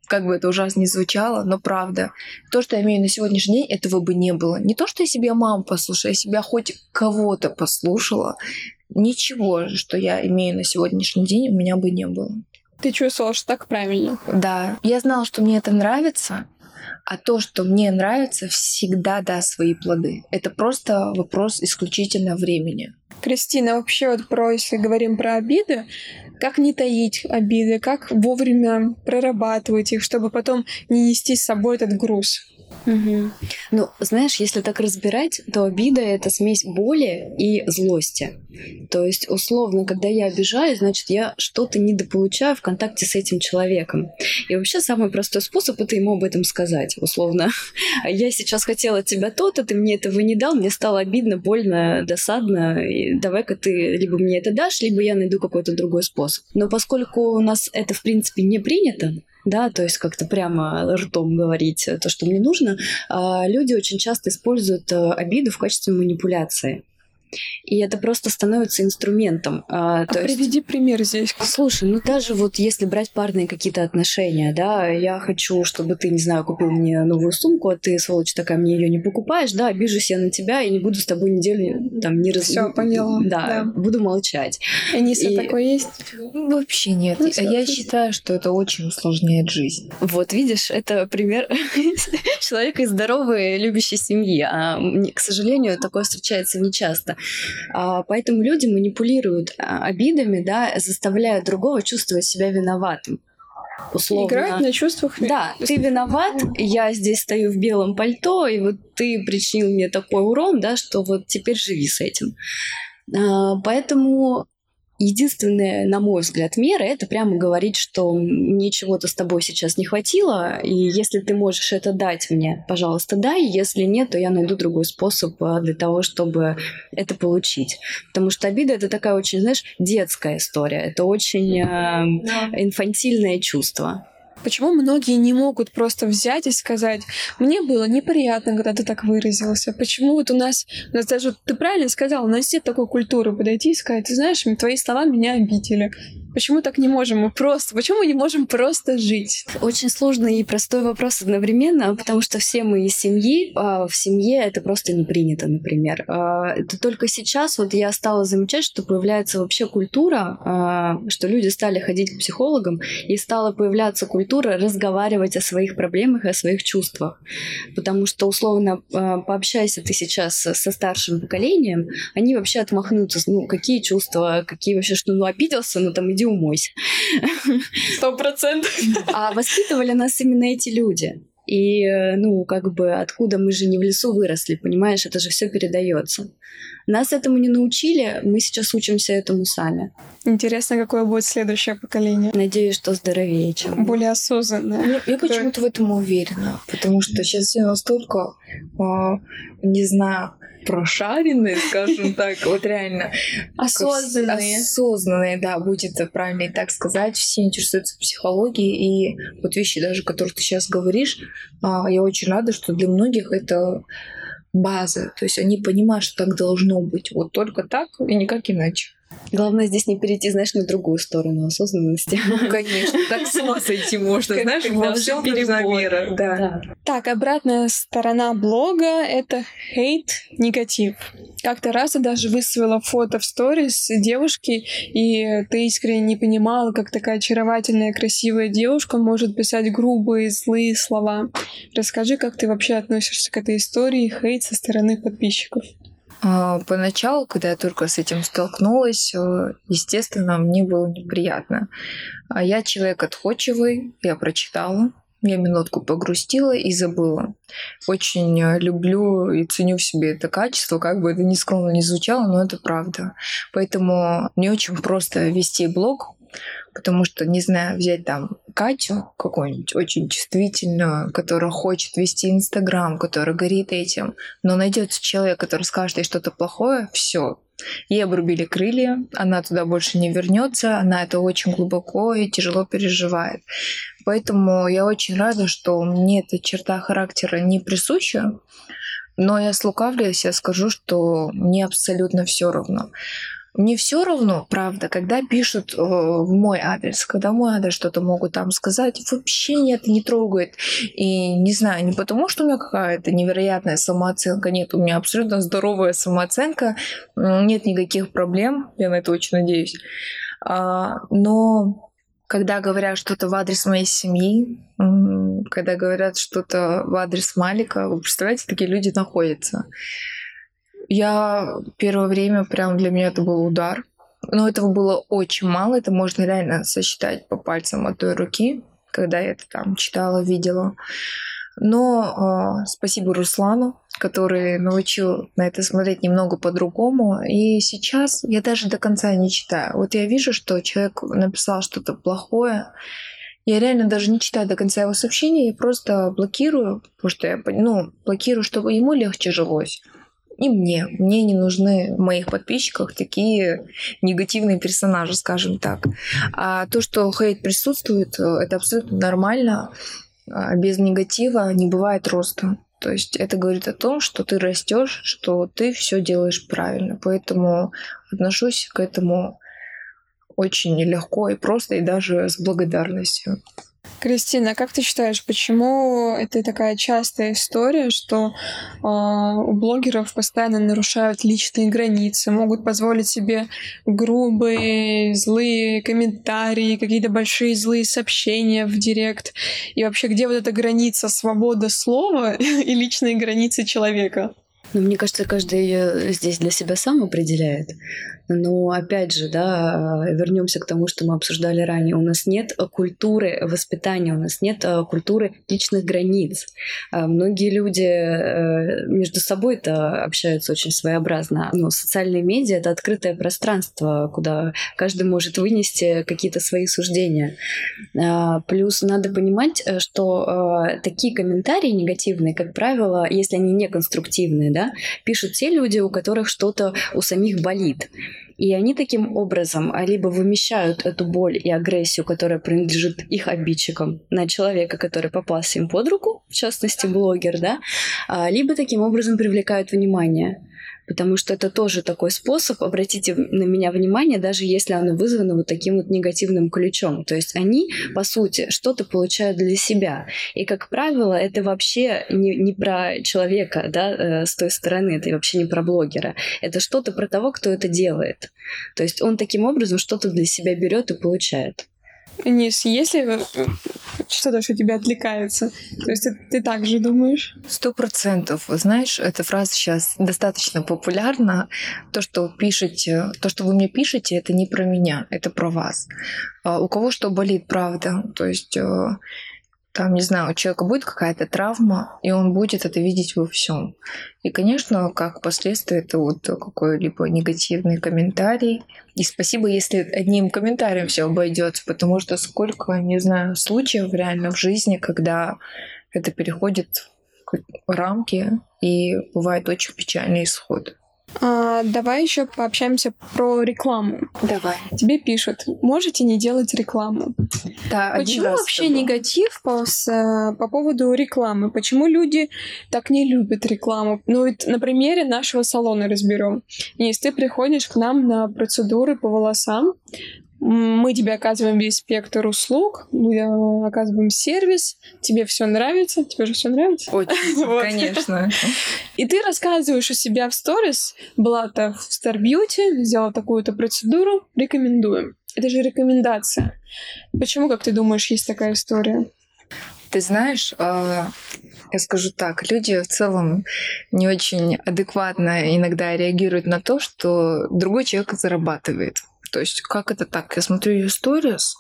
Как бы это ужасно не звучало, но правда. То, что я имею на сегодняшний день, этого бы не было. Не то, что я себя маму послушала, я себя хоть кого-то послушала. Ничего, что я имею на сегодняшний день, у меня бы не было. Ты чувствовала, что так правильно? Да. Я знала, что мне это нравится, а то, что мне нравится, всегда даст свои плоды. Это просто вопрос исключительно времени. Кристина, вообще вот если говорим про обиды, как не таить обиды, как вовремя прорабатывать их, чтобы потом не нести с собой этот груз? Угу. Ну, знаешь, если так разбирать, то обида — это смесь боли и злости. То есть, условно, когда я обижаюсь, значит, я что-то недополучаю в контакте с этим человеком. И вообще самый простой способ — это ему об этом сказать. Условно, я сейчас хотела от тебя то-то, ты мне этого не дал, мне стало обидно, больно, досадно. И давай-ка ты либо мне это дашь, либо я найду какой-то другой способ. Но поскольку у нас это, в принципе, не принято, да, то есть как-то прямо ртом говорить то, что мне нужно, люди очень часто используют обиду в качестве манипуляции. И это просто становится инструментом. Приведи пример здесь. Слушай, ну даже вот если брать парные какие-то отношения, да, я хочу, чтобы ты, не знаю, купил мне новую сумку, а ты, сволочь такая, мне ее не покупаешь, да, обижусь я на тебя и не буду с тобой неделю там не Всё, поняла. Да, буду молчать. Аниса, такое есть? Вообще нет. Я считаю, что это очень усложняет жизнь. Вот, видишь, это пример человека из здоровой, любящей семьи. А, к сожалению, такое встречается нечасто. Поэтому люди манипулируют обидами, да, заставляя другого чувствовать себя виноватым. Условно. Играют на чувствах. Да, ты виноват, я здесь стою в белом пальто, и вот ты причинил мне такой урон, да, что вот теперь живи с этим. Поэтому единственная, на мой взгляд, мера — это прямо говорить, что мне чего-то с тобой сейчас не хватило, и если ты можешь это дать мне, пожалуйста, дай, если нет, то я найду другой способ для того, чтобы это получить. Потому что обида — это такая очень, знаешь, детская история, это очень инфантильное чувство. Почему многие не могут просто взять и сказать: мне было неприятно, когда ты так выразился? Почему вот у нас даже, ты правильно сказал, у нас нет такой культуры подойти и сказать: ты знаешь, твои слова меня обидели. Почему так не можем? Почему мы не можем просто жить? Очень сложный и простой вопрос одновременно, потому что все мы из семьи, а в семье это просто не принято, например. Это только сейчас вот я стала замечать, что появляется вообще культура, что люди стали ходить к психологам, и стала появляться культура разговаривать о своих проблемах и о своих чувствах. Потому что, условно, пообщайся ты сейчас со старшим поколением, они вообще отмахнутся. Ну, какие чувства, какие вообще, что, ну, обиделся, ну, там, иди умойся. 100%. А воспитывали нас именно эти люди. И, ну, как бы, откуда мы же не в лесу выросли, понимаешь, это же все передается. Нас этому не научили, мы сейчас учимся этому сами. Интересно, какое будет следующее поколение. Надеюсь, что здоровее, чем... Более осознанное. Я почему-то в этом уверена, потому что сейчас все настолько, не знаю, прошаренные, скажем так, вот реально. Осознанные. Осознанные, да, будет правильно и так сказать. Все интересуются психологией, и вот вещи даже, о которых ты сейчас говоришь, я очень рада, что для многих это база. То есть они понимают, что так должно быть. Вот только так и никак иначе. Главное здесь не перейти, знаешь, на другую сторону осознанности. Конечно, так с ума сойти можно, знаешь, во всем нужна мера. Да. Так, обратная сторона блога — это хейт, негатив. Как-то раз я даже выставила фото в сторис девушки, и ты искренне не понимала, как такая очаровательная, красивая девушка может писать грубые, злые слова. Расскажи, как ты вообще относишься к этой истории хейт со стороны подписчиков. Поначалу, когда я только с этим столкнулась, естественно, мне было неприятно. Я человек отходчивый, я прочитала, я минутку погрустила и забыла. Очень люблю и ценю в себе это качество, как бы это ни скромно ни звучало, но это правда. Поэтому мне очень просто вести блог, потому что, не знаю, взять там Катю какую-нибудь очень чувствительную, которая хочет вести Инстаграм, которая горит этим, но найдется человек, который скажет ей что-то плохое, все. Ей обрубили крылья, она туда больше не вернется, она это очень глубоко и тяжело переживает. Поэтому я очень рада, что мне эта черта характера не присуща, но я слукавлюсь, я скажу, что мне абсолютно все равно. мне все равно, правда, когда пишут в мой адрес, когда в мой адрес что-то могут там сказать, вообще нет, не трогает. И не знаю, не потому, что у меня какая-то невероятная самооценка, нет, у меня абсолютно здоровая самооценка, нет никаких проблем, я на это очень надеюсь. Но когда говорят что-то в адрес моей семьи, когда говорят что-то в адрес Малика, вы представляете, такие люди находятся. Я первое время прям для меня это был удар. Но этого было очень мало. Это можно реально сосчитать по пальцам одной руки, когда я это там читала, видела. Но спасибо Руслану, который научил на это смотреть немного по-другому. И сейчас я даже до конца не читаю. Вот я вижу, что человек написал что-то плохое. Я реально даже не читаю до конца его сообщения, я просто блокирую, потому что я блокирую, чтобы ему легче жилось. И мне не нужны в моих подписчиках такие негативные персонажи, скажем так. А то, что хейт присутствует, это абсолютно нормально. Без негатива не бывает роста. То есть это говорит о том, что ты растешь, что ты все делаешь правильно. Поэтому отношусь к этому очень легко и просто, и даже с благодарностью. Кристина, как ты считаешь, почему это такая частая история, что у блогеров постоянно нарушают личные границы, могут позволить себе грубые, злые комментарии, какие-то большие злые сообщения в директ? И вообще, где вот эта граница свободы слова и личные границы человека? Ну, мне кажется, каждый ее здесь для себя сам определяет. Но опять же, да, вернемся к тому, что мы обсуждали ранее. У нас нет культуры воспитания, у нас нет культуры личных границ. Многие люди между собой-то общаются очень своеобразно. Но социальные медиа — это открытое пространство, куда каждый может вынести какие-то свои суждения. Плюс надо понимать, что такие комментарии негативные, как правило, если они не конструктивные, да, пишут те люди, у которых что-то у самих болит. И они таким образом либо вымещают эту боль и агрессию, которая принадлежит их обидчикам, на человека, который попался им под руку, в частности, блогер, да, либо таким образом привлекают внимание. Потому что это тоже такой способ, обратите на меня внимание, даже если оно вызвано вот таким вот негативным ключом. То есть они, по сути, что-то получают для себя. И, как правило, это вообще не про человека, да, с той стороны, это вообще не про блогера. Это что-то про того, кто это делает. То есть он таким образом что-то для себя берет и получает. Нис, если что-то, что тебя отвлекается, то есть ты так же думаешь? 100%. Знаешь, эта фраза сейчас достаточно популярна. То, что вы мне пишете, это не про меня, это про вас. У кого что болит, правда. То есть там, не знаю, у человека будет какая-то травма, и он будет это видеть во всем. И, конечно, как последствие, это вот какой-либо негативный комментарий. И спасибо, если одним комментарием все обойдется, потому что сколько, не знаю, случаев реально в жизни, когда это переходит в рамки, и бывает очень печальный исход. Давай еще пообщаемся про рекламу. Давай. Тебе пишут, можете не делать рекламу. Да, почему вообще негатив по поводу рекламы? Почему люди так не любят рекламу? Ну, ведь на примере нашего салона разберем. Если ты приходишь к нам на процедуры по волосам, мы тебе оказываем весь спектр услуг, мы оказываем сервис, тебе все нравится, тебе же все нравится? Очень, конечно. И ты рассказываешь у себя в сторис, была-то в Star Beauty, сделала такую-то процедуру, рекомендуем. Это же рекомендация. Почему, как ты думаешь, есть такая история? Ты знаешь, я скажу так, люди в целом не очень адекватно иногда реагируют на то, что другой человек зарабатывает. То есть как это так? Я смотрю ее сторис.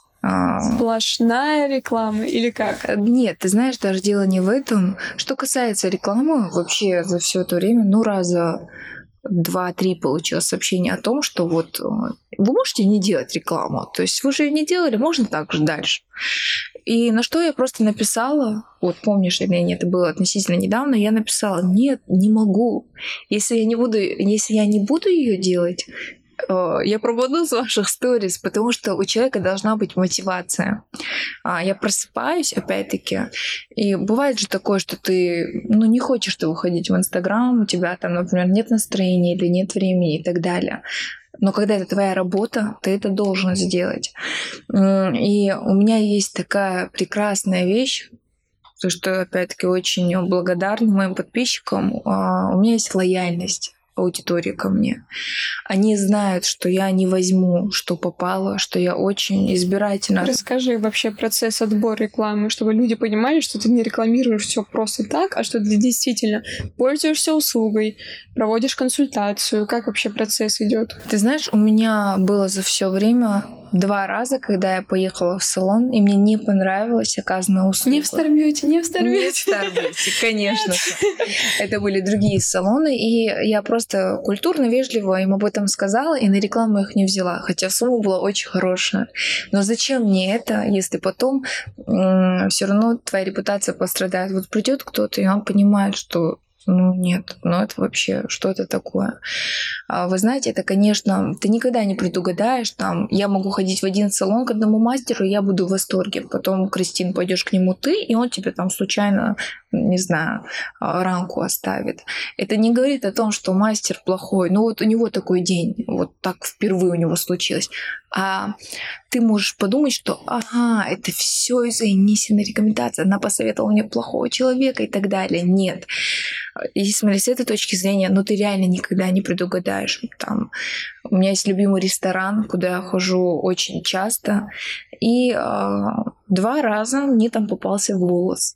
Сплошная реклама или как? Нет, ты знаешь, даже дело не в этом. Что касается рекламы, вообще за все это время, раза 2-3 получила сообщение о том, что вот вы можете не делать рекламу. То есть вы же ее не делали, можно так же дальше. И на что я просто написала, вот помнишь или нет, это было относительно недавно, я написала, нет, не могу. Если я не буду ее делать, я пропаду с ваших сторис, потому что у человека должна быть мотивация. Я просыпаюсь, опять-таки, и бывает же такое, что ты не хочешь выходить в Инстаграм, у тебя там, например, нет настроения или нет времени и так далее. Но когда это твоя работа, ты это должен сделать. И у меня есть такая прекрасная вещь, за что, опять-таки, очень благодарна моим подписчикам. У меня есть лояльность аудитории ко мне. Они знают, что я не возьму, что попало, что я очень избирательна. Расскажи вообще процесс отбора рекламы, чтобы люди понимали, что ты не рекламируешь все просто так, а что ты действительно пользуешься услугой, проводишь консультацию. Как вообще процесс идет? Ты знаешь, у меня было за все время 2 раза, когда я поехала в салон, и мне не понравилась оказанная услуга. Не в Старбьюти, не в Старбьюти. Не в Старбьюти, конечно же. Это были другие салоны, и я просто культурно, вежливо им об этом сказала, и на рекламу их не взяла, хотя сумма была очень хорошая. Но зачем мне это, если потом все равно твоя репутация пострадает? Вот придет кто-то, и он понимает, что нет, это вообще что это такое? Вы знаете, это, конечно, ты никогда не предугадаешь. Я могу ходить в один салон к одному мастеру, и я буду в восторге. Потом, Кристин, пойдешь к нему ты, и он тебе случайно, не знаю, рамку оставит. Это не говорит о том, что мастер плохой. У него такой день, вот так впервые у него случилось. А ты можешь подумать, что это все из-за Инисиной рекомендации. Она посоветовала мне плохого человека и так далее. Нет. И смотри, с этой точки зрения, ты реально никогда не предугадаешь. У меня есть любимый ресторан, куда я хожу очень часто. И 2 раза мне там попался волос.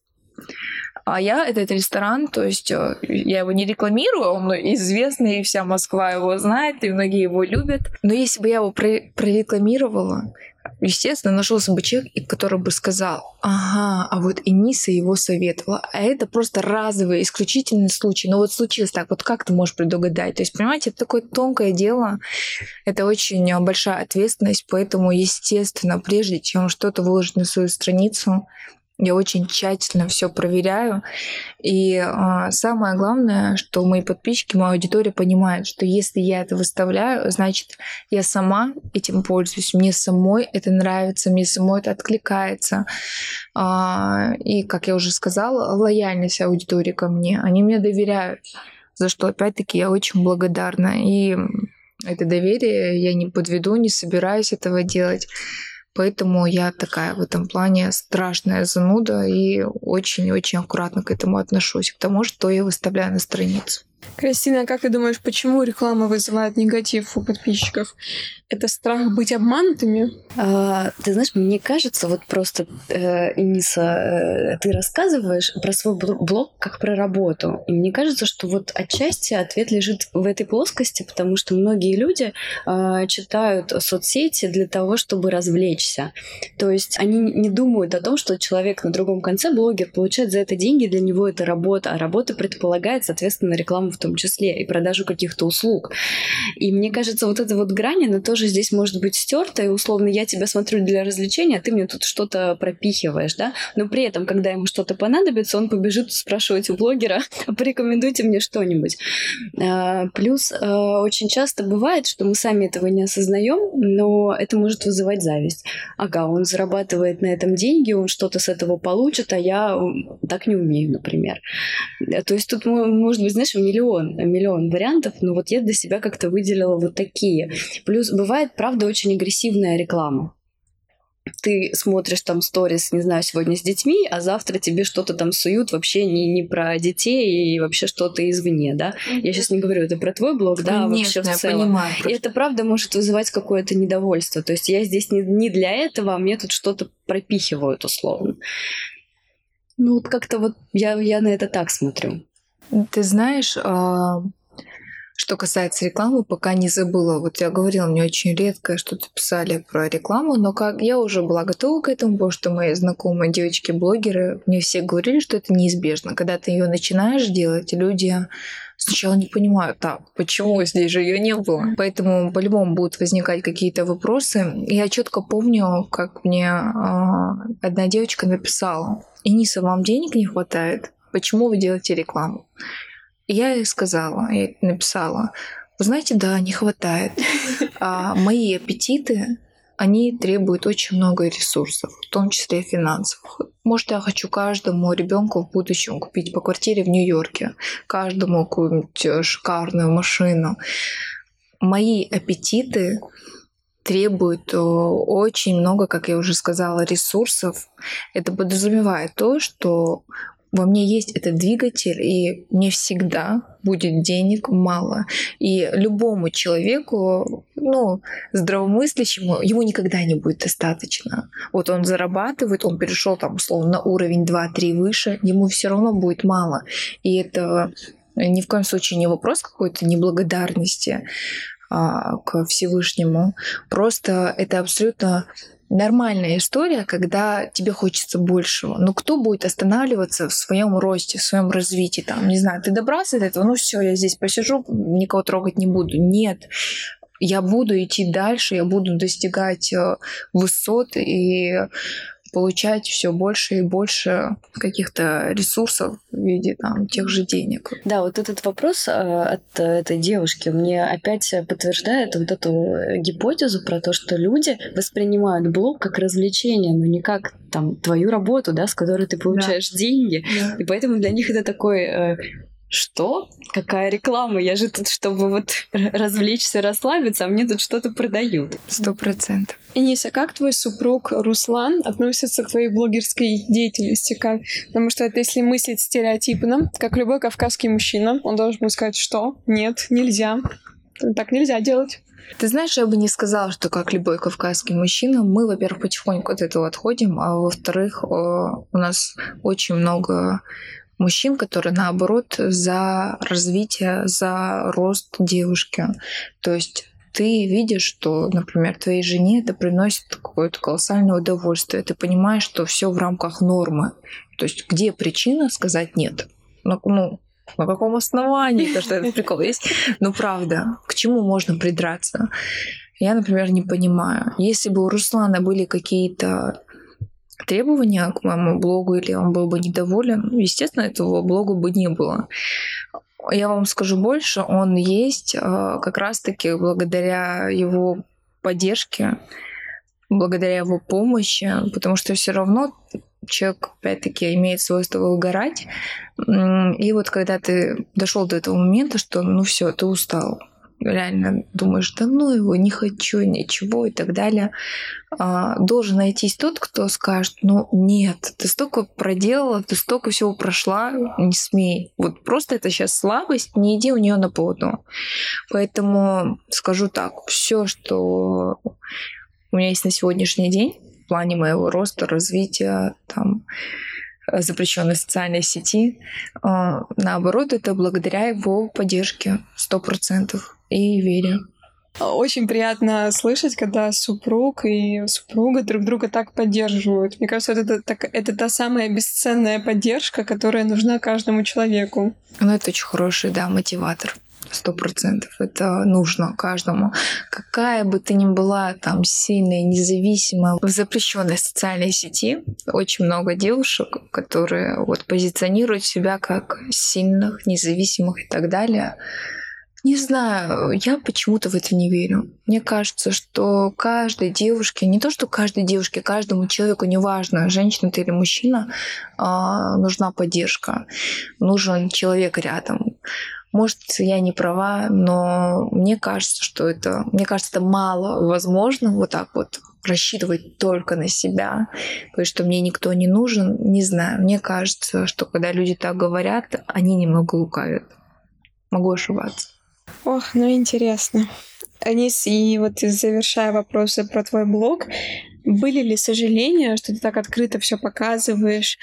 А я этот ресторан, то есть я его не рекламирую, он известный, и вся Москва его знает, и многие его любят. Но если бы я его прорекламировала, естественно, нашелся бы человек, который бы сказал: а вот Эниса его советовала. А это просто разовый, исключительный случай. Но вот случилось так, вот как ты можешь предугадать? То есть, понимаете, это такое тонкое дело, это очень большая ответственность, поэтому, естественно, прежде чем что-то выложить на свою страницу, я очень тщательно все проверяю. И самое главное, что мои подписчики, моя аудитория понимают, что если я это выставляю, значит, я сама этим пользуюсь, мне самой это нравится, мне самой это откликается. И, как я уже сказала, лояльность аудитории ко мне, они мне доверяют, за что, опять-таки, я очень благодарна. И это доверие я не подведу, не собираюсь этого делать. Поэтому я такая в этом плане страшная зануда и очень-очень аккуратно к этому отношусь, к тому, что я выставляю на страницу. Кристина, как ты думаешь, почему реклама вызывает негатив у подписчиков? Это страх быть обманутыми? Ты знаешь, мне кажется, вот просто, Эниса, ты рассказываешь про свой блог как про работу. И мне кажется, что вот отчасти ответ лежит в этой плоскости, потому что многие люди читают соцсети для того, чтобы развлечься. То есть они не думают о том, что человек на другом конце, блогер, получает за это деньги, для него это работа, а работа предполагает, соответственно, рекламу в том числе и продажу каких-то услуг. И мне кажется, вот эта вот грань, она тоже здесь может быть стерта, и условно я тебя смотрю для развлечения, а ты мне тут что-то пропихиваешь, да? Но при этом, когда ему что-то понадобится, он побежит спрашивать у блогера: порекомендуйте мне что-нибудь. Плюс очень часто бывает, что мы сами этого не осознаем, но это может вызывать зависть. Ага, он зарабатывает на этом деньги, он что-то с этого получит, а я так не умею, например. То есть тут может быть, знаешь, миллион вариантов, но вот я для себя как-то выделила вот такие. Плюс бывает, правда, очень агрессивная реклама. Ты смотришь там сторис, не знаю, сегодня с детьми, а завтра тебе что-то там суют вообще не про детей и вообще что-то извне, да? Я сейчас не говорю это про твой блог, да, а вообще в целом. Я понимаю. И это правда может вызывать какое-то недовольство. То есть я здесь не для этого, а мне тут что-то пропихивают условно. Вот как-то вот я на это так смотрю. Ты знаешь, что касается рекламы, пока не забыла. Вот я говорила, мне очень редко что-то писали про рекламу, но как я уже была готова к этому, потому что мои знакомые девочки-блогеры мне все говорили, что это неизбежно. Когда ты ее начинаешь делать, люди сначала не понимают, почему здесь же ее не было. Поэтому по-любому будут возникать какие-то вопросы. Я четко помню, как мне одна девочка написала: «Эниса, вам денег не хватает? Почему вы делаете рекламу?» И я ей сказала, я написала: вы знаете, да, не хватает. А мои аппетиты, они требуют очень много ресурсов, в том числе и финансовых. Может, я хочу каждому ребенку в будущем купить по квартире в Нью-Йорке, каждому какую-нибудь шикарную машину. мои аппетиты требуют очень много, как я уже сказала, ресурсов. Это подразумевает то, что во мне есть этот двигатель, и мне всегда будет денег мало. И любому человеку, здравомыслящему, ему никогда не будет достаточно. Вот он зарабатывает, он перешел там, условно, на уровень 2-3 выше, ему все равно будет мало. И это ни в коем случае не вопрос какой-то неблагодарности к Всевышнему. Просто это абсолютно нормальная история, когда тебе хочется большего. Но кто будет останавливаться в своем росте, в своем развитии? Там, не знаю, ты добрался до этого, все, я здесь посижу, никого трогать не буду. Нет. Я буду идти дальше, я буду достигать высот и получать все больше и больше каких-то ресурсов в виде тех же денег. Да, вот этот вопрос от этой девушки мне опять подтверждает вот эту гипотезу про то, что люди воспринимают блог как развлечение, но не как твою работу, да, с которой ты получаешь деньги. Да. И поэтому для них это такой... Что? Какая реклама? Я же тут, чтобы развлечься, расслабиться, а мне тут что-то продают. 100%. Эниса, как твой супруг Руслан относится к твоей блогерской деятельности? Потому что это если мыслить стереотипно, как любой кавказский мужчина, он должен был сказать, что нет, нельзя. Так нельзя делать. Ты знаешь, я бы не сказала, что как любой кавказский мужчина, мы, во-первых, потихоньку от этого отходим, а во-вторых, у нас очень много мужчин, которые, наоборот, за развитие, за рост девушки. То есть ты видишь, что, например, твоей жене это приносит какое-то колоссальное удовольствие. Ты понимаешь, что все в рамках нормы. То есть где причина сказать «нет»? На каком основании? То, что этот прикол есть. Но правда, к чему можно придраться? Я, например, не понимаю. Если бы у Руслана были какие-то требования к моему блогу, или он был бы недоволен, естественно, этого блога бы не было. Я вам скажу больше, он есть как раз-таки благодаря его поддержке, благодаря его помощи, потому что все равно человек, опять-таки, имеет свойство выгорать. И вот когда ты дошел до этого момента, что все, ты устал, реально думаешь, да его, не хочу, ничего и так далее, должен найтись тот, кто скажет, нет, ты столько проделала, ты столько всего прошла, не смей. Вот просто это сейчас слабость, не иди у нее на поводу. Поэтому скажу так, все, что у меня есть на сегодняшний день в плане моего роста, развития, запрещенной социальной сети, наоборот, это благодаря его поддержке 100% и вере. Очень приятно слышать, когда супруг и супруга друг друга так поддерживают. Мне кажется, это та самая бесценная поддержка, которая нужна каждому человеку. Это очень хороший, мотиватор. 100%. Это нужно каждому. Какая бы ты ни была сильная, независимая, в запрещенной социальной сети очень много девушек, которые позиционируют себя как сильных, независимых и так далее. Не знаю, я почему-то в это не верю. Мне кажется, что каждой девушке, не то что каждой девушке, каждому человеку, неважно, женщина ты или мужчина, нужна поддержка. Нужен человек рядом. Может, я не права, но мне кажется, это мало возможно вот так рассчитывать только на себя, говорить, что мне никто не нужен. Не знаю, мне кажется, что когда люди так говорят, они немного лукавят. Могу ошибаться. Ох, интересно. Анис, и завершая вопросы про твой блог, были ли сожаления, что ты так открыто все показываешь,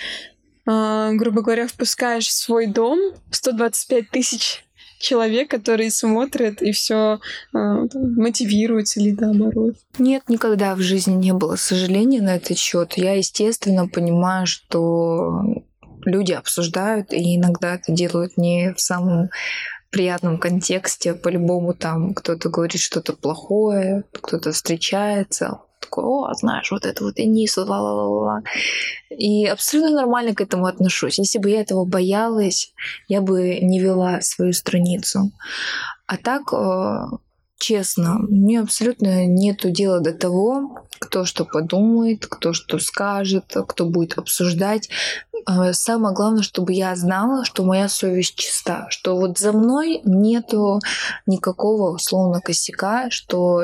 грубо говоря, впускаешь в свой дом 125 тысяч человек, которые смотрят и все мотивируются или наоборот? Нет, никогда в жизни не было сожаления на этот счет. Я, естественно, понимаю, что люди обсуждают, и иногда это делают не в самом приятном контексте. По-любому кто-то говорит что-то плохое, кто-то встречается, такой, знаешь, Эниса, ла-ла-ла-ла. И абсолютно нормально к этому отношусь. Если бы я этого боялась, я бы не вела свою страницу. А так, честно, мне абсолютно нету дела до того, кто что подумает, кто что скажет, кто будет обсуждать. Самое главное, чтобы я знала, что моя совесть чиста, что вот за мной нету никакого условно косяка, что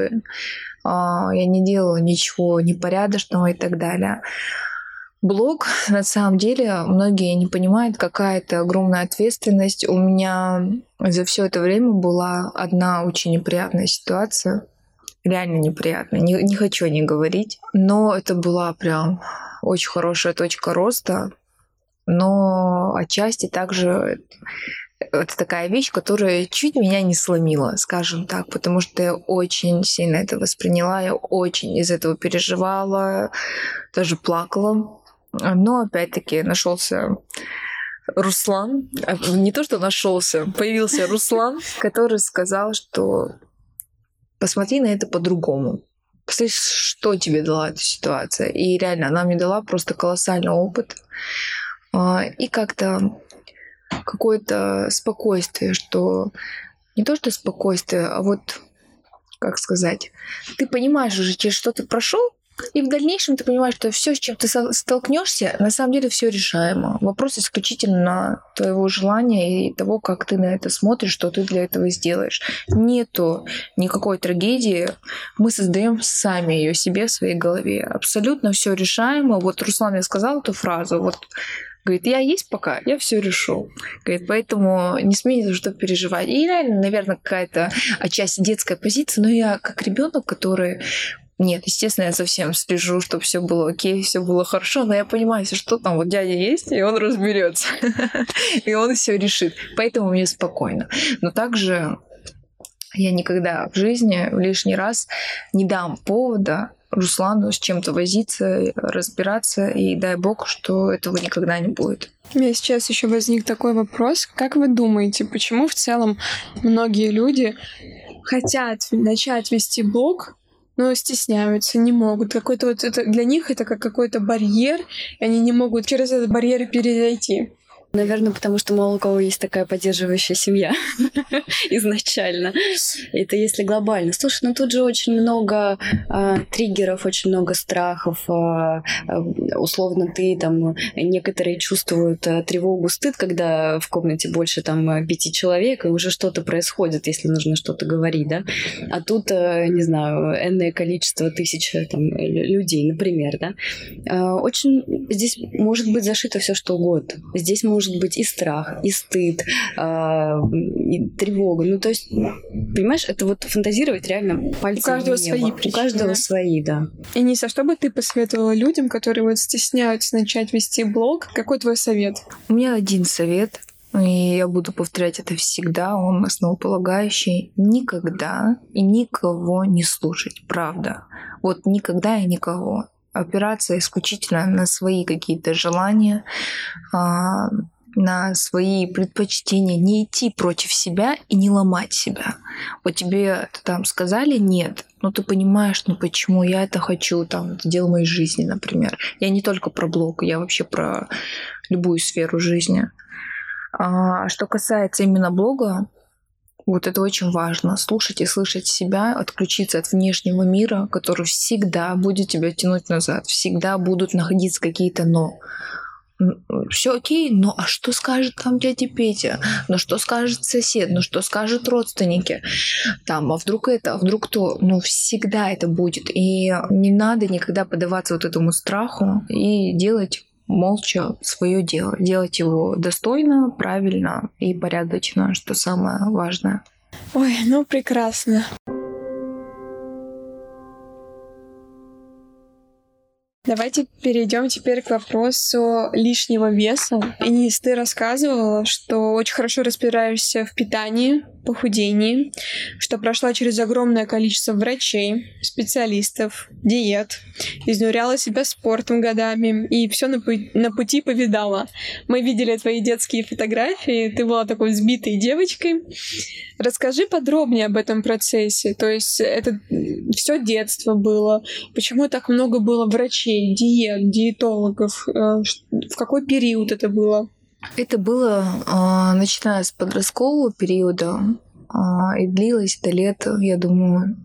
я не делаю ничего непорядочного и так далее. Блог, на самом деле, многие не понимают, какая это огромная ответственность. У меня за все это время была одна очень неприятная ситуация. Реально неприятная. Не хочу не говорить. Но это была прям очень хорошая точка роста. Но отчасти также это такая вещь, которая чуть меня не сломила, скажем так, потому что я очень сильно это восприняла, я очень из этого переживала, даже плакала. Но опять-таки нашелся Руслан, не то что нашелся, появился Руслан, который сказал, что посмотри на это по-другому. Посмотри, что тебе дала эта ситуация. И реально, она мне дала просто колоссальный опыт. И как-то какое-то спокойствие, что не то что спокойствие, а вот, как сказать, ты понимаешь уже, через что ты прошел, и в дальнейшем ты понимаешь, что все, с чем ты столкнешься, на самом деле все решаемо. Вопрос исключительно твоего желания и того, как ты на это смотришь, что ты для этого сделаешь. Нету никакой трагедии. Мы создаем сами ее себе в своей голове. Абсолютно все решаемо. Вот Руслан мне сказал эту фразу. Вот говорит, я есть пока, я все решу. Говорит, поэтому не смейте за что переживать. И реально, наверное, какая-то отчасти детская позиция, но я как ребенок, который нет, естественно, я совсем слежу, чтобы все было окей, все было хорошо, но я понимаю, что там вот дядя есть, и он разберется, и он все решит. Поэтому мне спокойно. Но также я никогда в жизни лишний раз не дам повода Руслану с чем-то возиться, разбираться, и дай бог, что этого никогда не будет. У меня сейчас еще возник такой вопрос. Как вы думаете, почему в целом многие люди хотят начать вести блог, но стесняются, не могут? Какой-то вот это для них это как какой-то барьер, и они не могут через этот барьер перейти. Наверное, потому что мало у кого есть такая поддерживающая семья изначально. Это если глобально. Слушай, ну тут же очень много триггеров, очень много страхов. Условно, ты там некоторые чувствуют тревогу, стыд, когда в комнате больше там 5 человек, и уже что-то происходит, если нужно что-то говорить, да? А тут, не знаю, энное количество тысяч там, людей, например, да? Очень здесь может быть зашито все что угодно. Здесь может быть и страх, и стыд, и тревога. Ну, то есть, понимаешь, это вот фантазировать реально пальцем. У каждого свои причины. У каждого свои, да. И Ниса, что бы ты посоветовала людям, которые вот стесняются начать вести блог? Какой твой совет? У меня один совет, и я буду повторять это всегда, он основополагающий. Никогда и никого не слушать, правда. Вот никогда и никого. Опираться исключительно на свои какие-то желания, на свои предпочтения, не идти против себя и не ломать себя. Вот тебе там сказали нет, но ты понимаешь, ну почему я это хочу, там, это дело моей жизни, например. Я не только про блог, я вообще про любую сферу жизни. Что касается именно блога, вот это очень важно. Слушать и слышать себя, отключиться от внешнего мира, который всегда будет тебя тянуть назад, всегда будут находиться какие-то «но». Все окей, но а что скажет там дядя Петя? Ну что скажет сосед? Ну что скажут родственники? Там, а вдруг это, а вдруг то? Ну всегда это будет. И не надо никогда поддаваться вот этому страху и делать молча свое дело. Делать его достойно, правильно и порядочно, что самое важное. Ой, ну прекрасно. Давайте перейдем теперь к вопросу лишнего веса. Инис, ты рассказывала, что очень хорошо разбираешься в питании, похудении, что прошла через огромное количество врачей, специалистов, диет, изнуряла себя спортом годами и все на пути повидала. Мы видели твои детские фотографии, ты была такой взбитой девочкой. Расскажи подробнее об этом процессе. То есть это все детство было. Почему так много было врачей, диет, диетологов? В какой период это было? Это было начиная с подросткового периода. И длилось это лет, я думаю,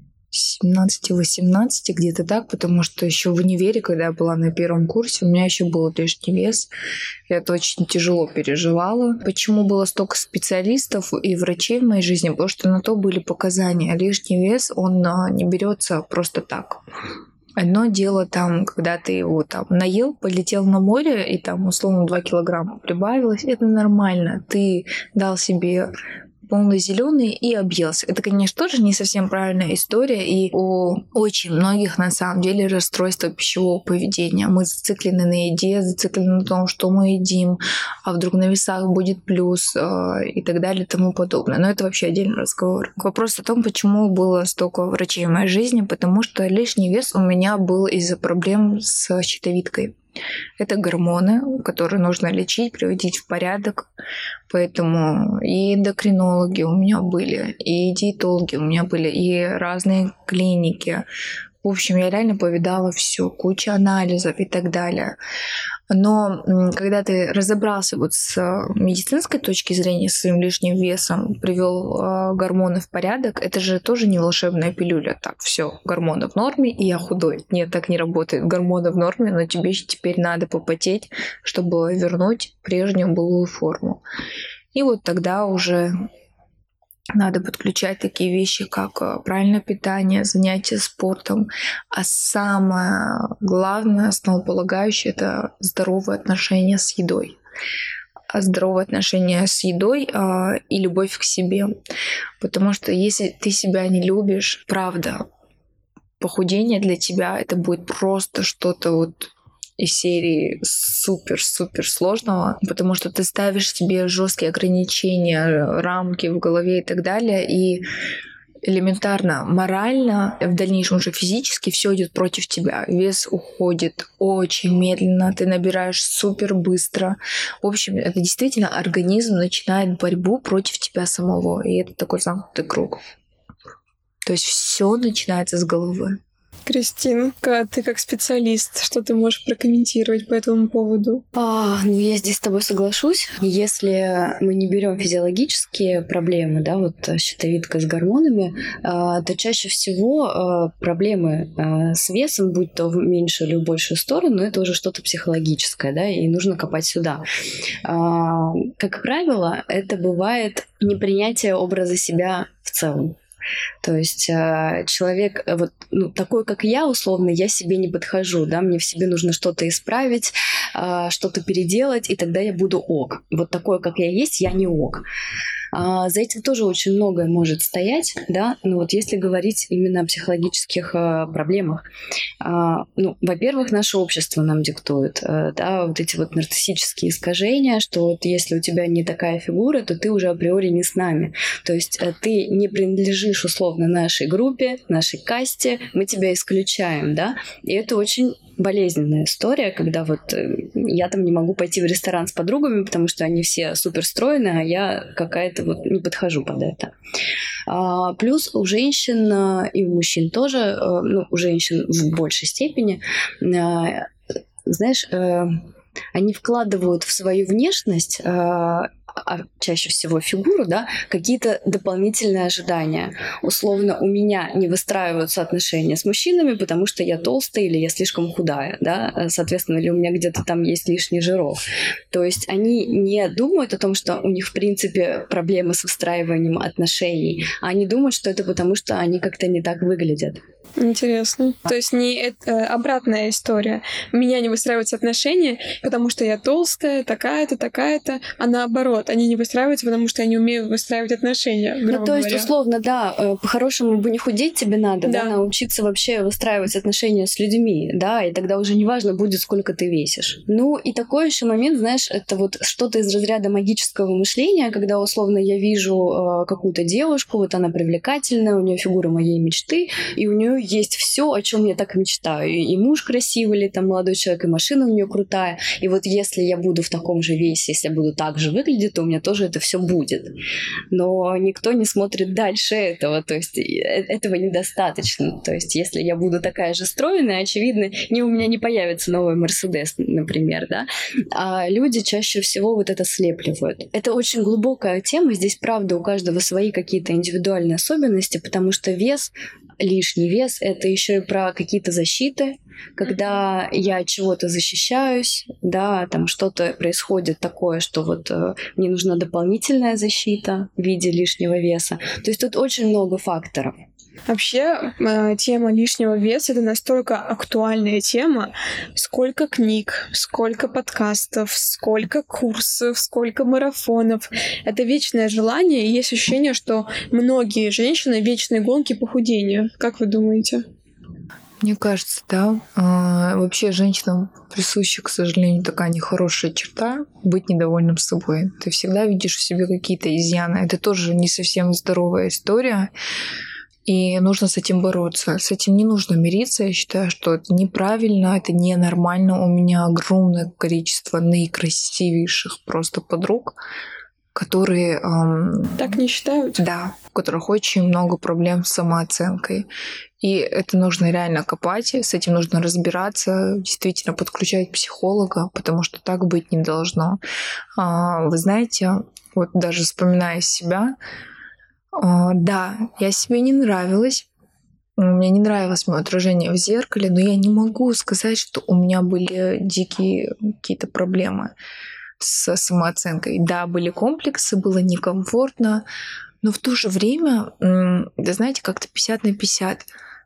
17-18, где-то так, потому что еще в универе, когда я была на первом курсе, у меня еще был лишний вес. Я это очень тяжело переживала. Почему было столько специалистов и врачей в моей жизни? Потому что на то были показания. Лишний вес, он не берется просто так. Одно дело там, когда ты его там наел, полетел на море, и там условно 2 килограмма прибавилось, это нормально. Ты дал себе полный зеленый и объелся. Это, конечно, тоже не совсем правильная история, и у очень многих на самом деле расстройство пищевого поведения. Мы зациклены на еде, зациклены на том, что мы едим, а вдруг на весах будет плюс и так далее и тому подобное. Но это вообще отдельный разговор. Вопрос о том, почему было столько врачей в моей жизни, потому что лишний вес у меня был из-за проблем с щитовидкой. Это гормоны, которые нужно лечить, приводить в порядок. Поэтому и эндокринологи у меня были, и диетологи у меня были, и разные клиники. В общем, я реально повидала все, куча анализов и так далее. Но когда ты разобрался вот с медицинской точки зрения, с своим лишним весом, привел гормоны в порядок, это же тоже не волшебная пилюля. Так, все, гормоны в норме, и я худой. Нет, так не работает. Гормоны в норме, но тебе теперь надо попотеть, чтобы вернуть прежнюю былую форму. И вот тогда уже надо подключать такие вещи, как правильное питание, занятия спортом. А самое главное, основополагающее, это здоровые отношения с едой. Здоровые отношения с едой и любовь к себе. Потому что если ты себя не любишь, правда, похудение для тебя это будет просто что-то вот из серии супер-супер сложного, потому что ты ставишь себе жесткие ограничения, рамки в голове и так далее, и элементарно, морально, в дальнейшем уже физически все идет против тебя. Вес уходит очень медленно, ты набираешь супер быстро. В общем, это действительно организм начинает борьбу против тебя самого, и это такой замкнутый круг. То есть все начинается с головы. Кристин, ты как специалист, что ты можешь прокомментировать по этому поводу? Я здесь с тобой соглашусь. Если мы не берем физиологические проблемы, да, вот щитовидка с гормонами, то чаще всего проблемы с весом, будь то в меньшую или в большую сторону, это уже что-то психологическое, да, и нужно копать сюда. Как правило, это бывает непринятие образа себя в целом. То есть человек вот, такой, как я, условно, я себе не подхожу, да, мне в себе нужно что-то исправить, что-то переделать, и тогда я буду ок. Вот такой, как я есть, я не ок. За этим тоже очень многое может стоять, да, но вот если говорить именно о психологических проблемах, во-первых, наше общество нам диктует, да, вот эти вот нарциссические искажения, что вот если у тебя не такая фигура, то ты уже априори не с нами, то есть ты не принадлежишь условно нашей группе, нашей касте, мы тебя исключаем, да, и это очень болезненная история, когда вот я там не могу пойти в ресторан с подругами, потому что они все супер стройные, а я какая-то вот не подхожу под это. Плюс у женщин и у мужчин тоже, у женщин в большей степени, знаешь, они вкладывают в свою внешность, чаще всего фигуру, да, какие-то дополнительные ожидания. Условно, у меня не выстраиваются отношения с мужчинами, потому что я толстая или я слишком худая, да, соответственно, или у меня где-то там есть лишний жирок. То есть они не думают о том, что у них, в принципе, проблемы с выстраиванием отношений, а они думают, что это потому, что они как-то не так выглядят. Интересно. То есть не обратная история. У меня не выстраиваются отношения, потому что я толстая, такая-то, такая-то, а наоборот, они не выстраиваются, потому что я не умею выстраивать отношения, грубо то есть, говоря. условно, да, по-хорошему бы не худеть тебе надо, да, научиться вообще выстраивать отношения с людьми, да, и тогда уже не важно будет, сколько ты весишь. И такой еще момент, знаешь, это вот что-то из разряда магического мышления, когда, условно, я вижу какую-то девушку, вот она привлекательная, у нее фигура моей мечты, и у нее нее есть все, о чем я так мечтаю. И муж красивый, или там молодой человек, и машина у нее крутая. И вот если я буду в таком же весе, если я буду так же выглядеть, то у меня тоже это все будет. Но никто не смотрит дальше этого, то есть этого недостаточно. То есть если я буду такая же стройная, очевидно, у меня не появится новый Мерседес, например, да. А люди чаще всего вот это слепливают. Это очень глубокая тема, здесь, правда, у каждого свои какие-то индивидуальные особенности, потому что лишний вес — это еще и про какие-то защиты, когда я от чего-то защищаюсь, да, там что-то происходит такое, что вот мне нужна дополнительная защита в виде лишнего веса. То есть тут очень много факторов. Вообще, тема лишнего веса — это настолько актуальная тема. Сколько книг, сколько подкастов, сколько курсов, сколько марафонов. Это вечное желание, и есть ощущение, что многие женщины в вечной гонке похудения. Как вы думаете? Мне кажется, да. Вообще женщинам присуща, к сожалению, такая нехорошая черта — быть недовольным собой. Ты всегда видишь в себе какие-то изъяны. Это тоже не совсем здоровая история. И нужно с этим бороться. С этим не нужно мириться. Я считаю, что это неправильно, это ненормально. У меня огромное количество наикрасивейших просто подруг, которые... Так не считают? Да, у которых очень много проблем с самооценкой. И это нужно реально копать, с этим нужно разбираться, действительно подключать психолога, потому что так быть не должно. Вы знаете, вот даже вспоминая себя, да, я себе не нравилась. Мне не нравилось мое отражение в зеркале, но я не могу сказать, что у меня были дикие какие-то проблемы с самооценкой. Да, были комплексы, было некомфортно, но в то же время, да, знаете, как-то 50/50.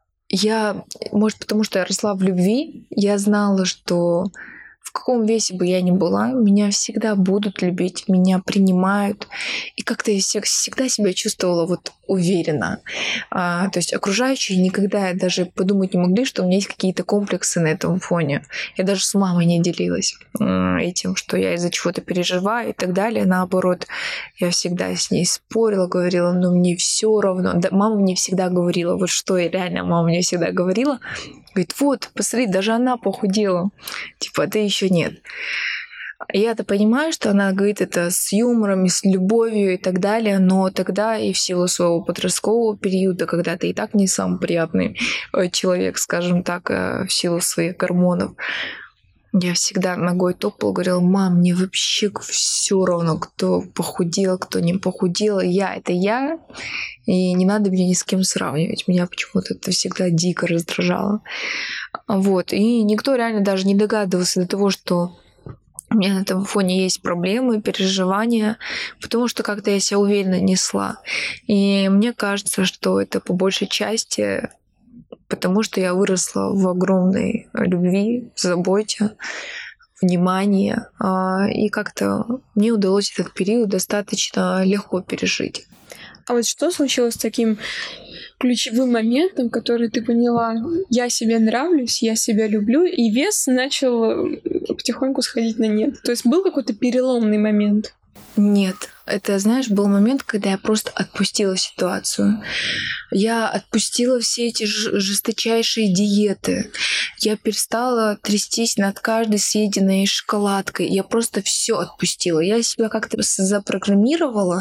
Может, потому что я росла в любви, я знала, что в каком весе бы я ни была, меня всегда будут любить, меня принимают. И как-то я всегда себя чувствовала вот уверенно. То есть окружающие никогда даже подумать не могли, что у меня есть какие-то комплексы на этом фоне. Я даже с мамой не делилась этим, что я из-за чего-то переживаю и так далее. Наоборот, я всегда с ней спорила, говорила, ну мне все равно. Да, мама мне всегда говорила, вот что и реально мама мне всегда говорила. Говорит, вот, посмотри, даже она похудела. Типа, а ты еще нет. Я-то понимаю, что она говорит это с юмором, и с любовью и так далее, но тогда и в силу своего подросткового периода, когда ты и так не самый приятный человек, скажем так, в силу своих гормонов, я всегда ногой топала, говорила, мам, мне вообще все равно, кто похудел, кто не похудел. Я — это я, и не надо меня ни с кем сравнивать. Меня почему-то это всегда дико раздражало. Вот. И никто реально даже не догадывался до того, что у меня на этом фоне есть проблемы, переживания, потому что как-то я себя уверенно несла. И мне кажется, что это по большей части потому что я выросла в огромной любви, заботе, внимании. И как-то мне удалось этот период достаточно легко пережить. А вот что случилось с таким ключевым моментом, который ты поняла, я себе нравлюсь, я себя люблю, и вес начал потихоньку сходить на нет? То есть был какой-то переломный момент? Нет. Это, знаешь, был момент, когда я просто отпустила ситуацию. Я отпустила все эти жесточайшие диеты. Я перестала трястись над каждой съеденной шоколадкой. Я просто все отпустила. Я себя как-то запрограммировала,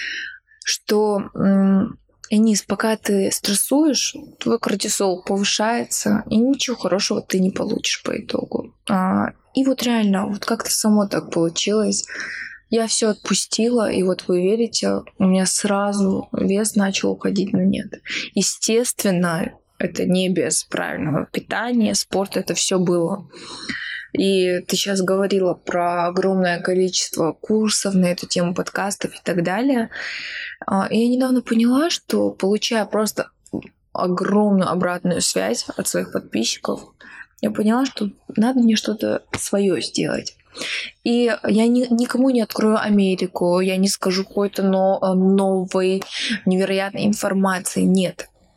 что Энис, пока ты стрессуешь, твой кортизол повышается, и ничего хорошего ты не получишь по итогу. И вот реально, вот как-то само так получилось. Я все отпустила, и вот вы верите, у меня сразу вес начал уходить на нет. Естественно, это не без правильного питания, спорта, это все было. И ты сейчас говорила про огромное количество курсов на эту тему, подкастов и так далее. И я недавно поняла, что, получая просто огромную обратную связь от своих подписчиков, я поняла, что надо мне что-то свое сделать. И я никому не открою Америку, я не скажу какой-то новой, невероятной информации. Нет.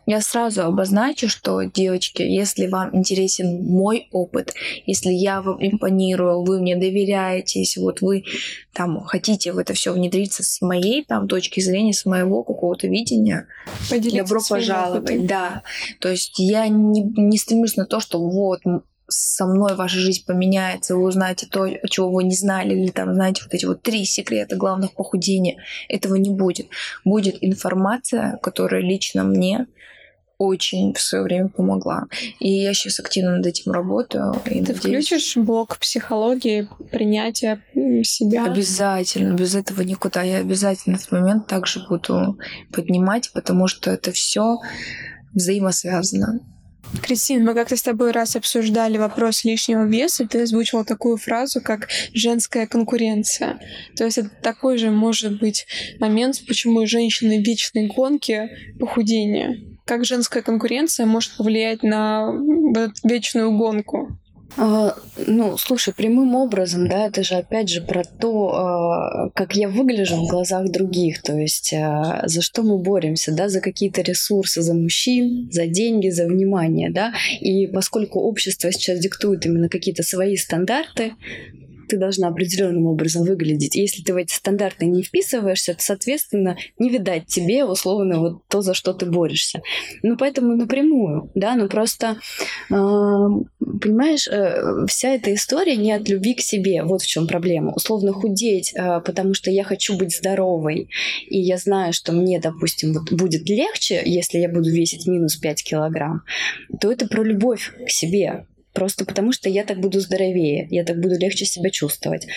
Я сразу обозначу, что, девочки, если вам интересен мой опыт, если я вам импонирую, вы мне доверяетесь, вот вы там хотите в это все внедриться с моей там точки зрения, с моего какого-то видения, добро пожаловать. Да. То есть я не стремлюсь на то, что вот со мной ваша жизнь поменяется, вы узнаете то, чего вы не знали, или там знаете вот эти вот 3 секрета главных похудения. Этого не будет. Будет информация, которая лично мне очень в свое время помогла. И я сейчас активно над этим работаю. Ты включишь блок психологии, принятия себя? Обязательно. Без этого никуда. Я обязательно в этот момент также буду поднимать, потому что это все взаимосвязано. Кристин, мы как-то с тобой раз обсуждали вопрос лишнего веса, и ты озвучила такую фразу, как «женская конкуренция». То есть это такой же может быть момент, почему женщины в вечной гонке похудения. Как женская конкуренция может повлиять на вечную гонку? Слушай, прямым образом, да, это же опять же про то, как я выгляжу в глазах других, то есть за что мы боремся, да, за какие-то ресурсы, за мужчин, за деньги, за внимание, да, и поскольку общество сейчас диктует именно какие-то свои стандарты, ты должна определенным образом выглядеть. И если ты в эти стандарты не вписываешься, то, соответственно, не видать тебе условно вот то, за что ты борешься. Поэтому напрямую, да, просто, понимаешь, вся эта история не от любви к себе. Вот в чем проблема. Условно худеть, потому что я хочу быть здоровой, и я знаю, что мне, допустим, вот будет легче, если я буду весить минус 5 килограмм, то это про любовь к себе. Просто потому, что я так буду здоровее, я так буду легче себя чувствовать.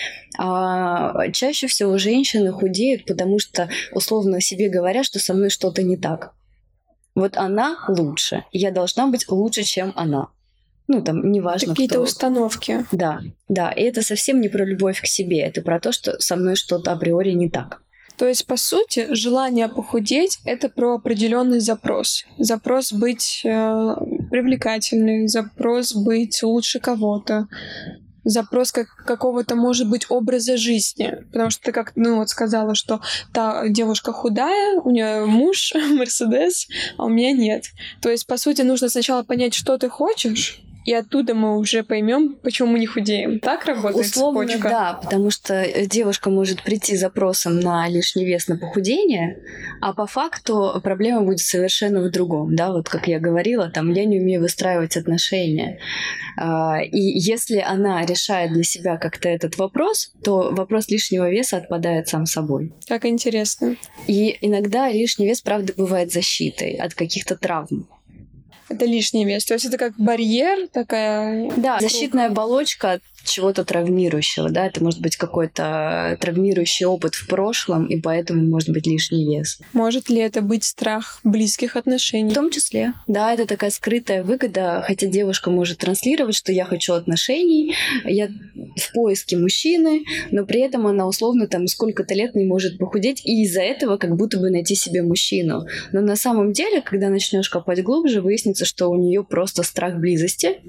А чаще всего женщины худеют, потому что условно себе говорят, что со мной что-то не так. Вот она лучше, я должна быть лучше, чем она. Неважно, какие-то кто. установки. Да, и это совсем не про любовь к себе, это про то, что со мной что-то априори не так. То есть, по сути, желание похудеть — это про определенный запрос. Запрос быть привлекательной, запрос быть лучше кого-то, запрос какого-то, может быть, образа жизни. Потому что ты как сказала, что та девушка худая, у нее муж, Мерседес, а у меня нет. То есть, по сути, нужно сначала понять, что ты хочешь, и оттуда мы уже поймем, почему мы не худеем. Так работает условно, цепочка? Да, потому что девушка может прийти с запросом на лишний вес, на похудение, а по факту проблема будет совершенно в другом. Да, вот как я говорила, я не умею выстраивать отношения. И если она решает для себя как-то этот вопрос, то вопрос лишнего веса отпадает сам собой. Как интересно. И иногда лишний вес, правда, бывает защитой от каких-то травм. Это лишний вес. То есть это как барьер такая... Да, защитная оболочка от чего-то травмирующего, да, это может быть какой-то травмирующий опыт в прошлом, и поэтому может быть лишний вес. Может ли это быть страх близких отношений? В том числе, да, это такая скрытая выгода, хотя девушка может транслировать, что я хочу отношений, я в поиске мужчины, но при этом она условно сколько-то лет не может похудеть, и из-за этого как будто бы найти себе мужчину. Но на самом деле, когда начнешь копать глубже, выяснится, что у нее просто страх близости,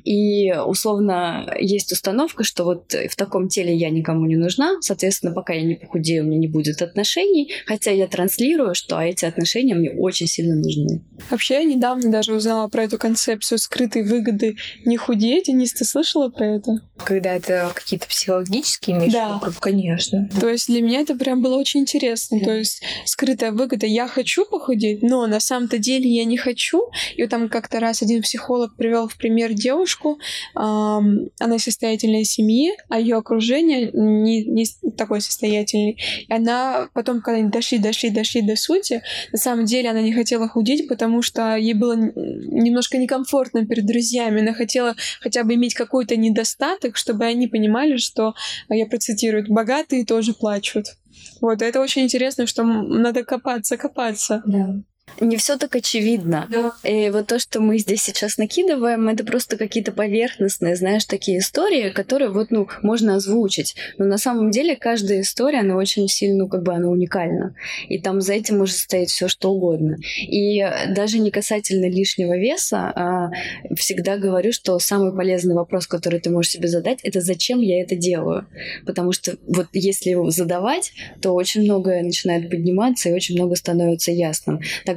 и условно есть установка, что вот в таком теле я никому не нужна, соответственно, пока я не похудею, у меня не будет отношений, хотя я транслирую, что эти отношения мне очень сильно нужны. Вообще, я недавно даже узнала про эту концепцию скрытой выгоды не худеть. Денис, ты слышала про это? Когда это какие-то психологические вещи? Да. Конечно. То есть для меня это прям было очень интересно. То есть скрытая выгода. Я хочу похудеть, но на самом-то деле я не хочу. И вот там как-то раз один психолог привел в пример девушку. Она из состоятельной семьи, а ее окружение не такой состоятельный. И она потом, когда они дошли до сути, на самом деле она не хотела худеть, потому что ей было немножко некомфортно перед друзьями. Она хотела хотя бы иметь какой-то недостаток, чтобы они понимали, что, я процитирую, богатые тоже плачут. Вот, это очень интересно, что надо копаться. Да. Не все так очевидно. Да. И вот то, что мы здесь сейчас накидываем, это просто какие-то поверхностные, знаешь, такие истории, которые можно озвучить. Но на самом деле каждая история, она очень сильно, она уникальна. И там за этим может стоять все что угодно. И даже не касательно лишнего веса, всегда говорю, что самый полезный вопрос, который ты можешь себе задать, это зачем я это делаю? Потому что вот если его задавать, то очень многое начинает подниматься и очень много становится ясным. Так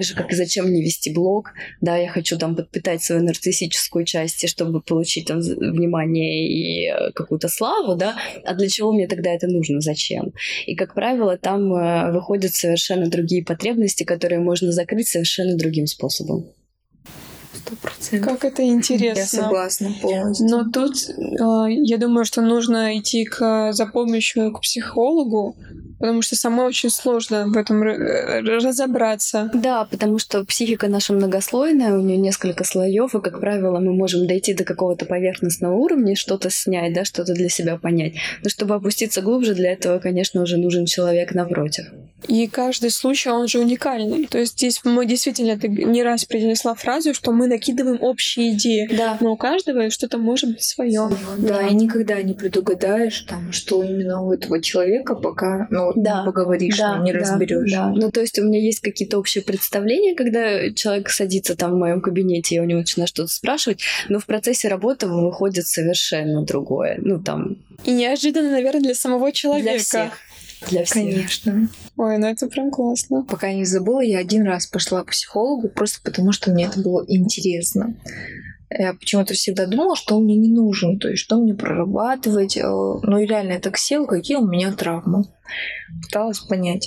так же, как и зачем мне вести блог, да, я хочу там подпитать свою нарциссическую часть, чтобы получить там внимание и какую-то славу, да, а для чего мне тогда это нужно, зачем? И, как правило, там выходят совершенно другие потребности, которые можно закрыть совершенно другим способом. 100%. Как это интересно. Я согласна полностью. Но тут я думаю, что нужно идти за помощью к психологу, потому что самой очень сложно в этом разобраться. Да, потому что психика наша многослойная, у нее несколько слоев, и, как правило, мы можем дойти до какого-то поверхностного уровня, что-то снять, да, что-то для себя понять. Но чтобы опуститься глубже, для этого, конечно, уже нужен человек напротив. И каждый случай, он же уникальный. То есть здесь мы действительно, ты не раз произнесла фразу, что мы накидываем общие идеи. Да. Но у каждого что-то может быть свое. Да, и никогда не предугадаешь, там, что именно у этого человека, пока не поговоришь, не разберешь. Да. Ну, то есть у меня есть какие-то общие представления, когда человек садится там в моем кабинете, я у него начинаю что-то спрашивать, но в процессе работы выходит совершенно другое. Ну, там... И неожиданно, наверное, для самого человека. Для всех. Конечно. Ой, ну это прям классно. Пока я не забыла, я один раз пошла к психологу просто потому, что мне это было интересно. Я почему-то всегда думала, что он мне не нужен, то есть что мне прорабатывать. Ну и реально я так села, какие у меня травмы. Пыталась понять.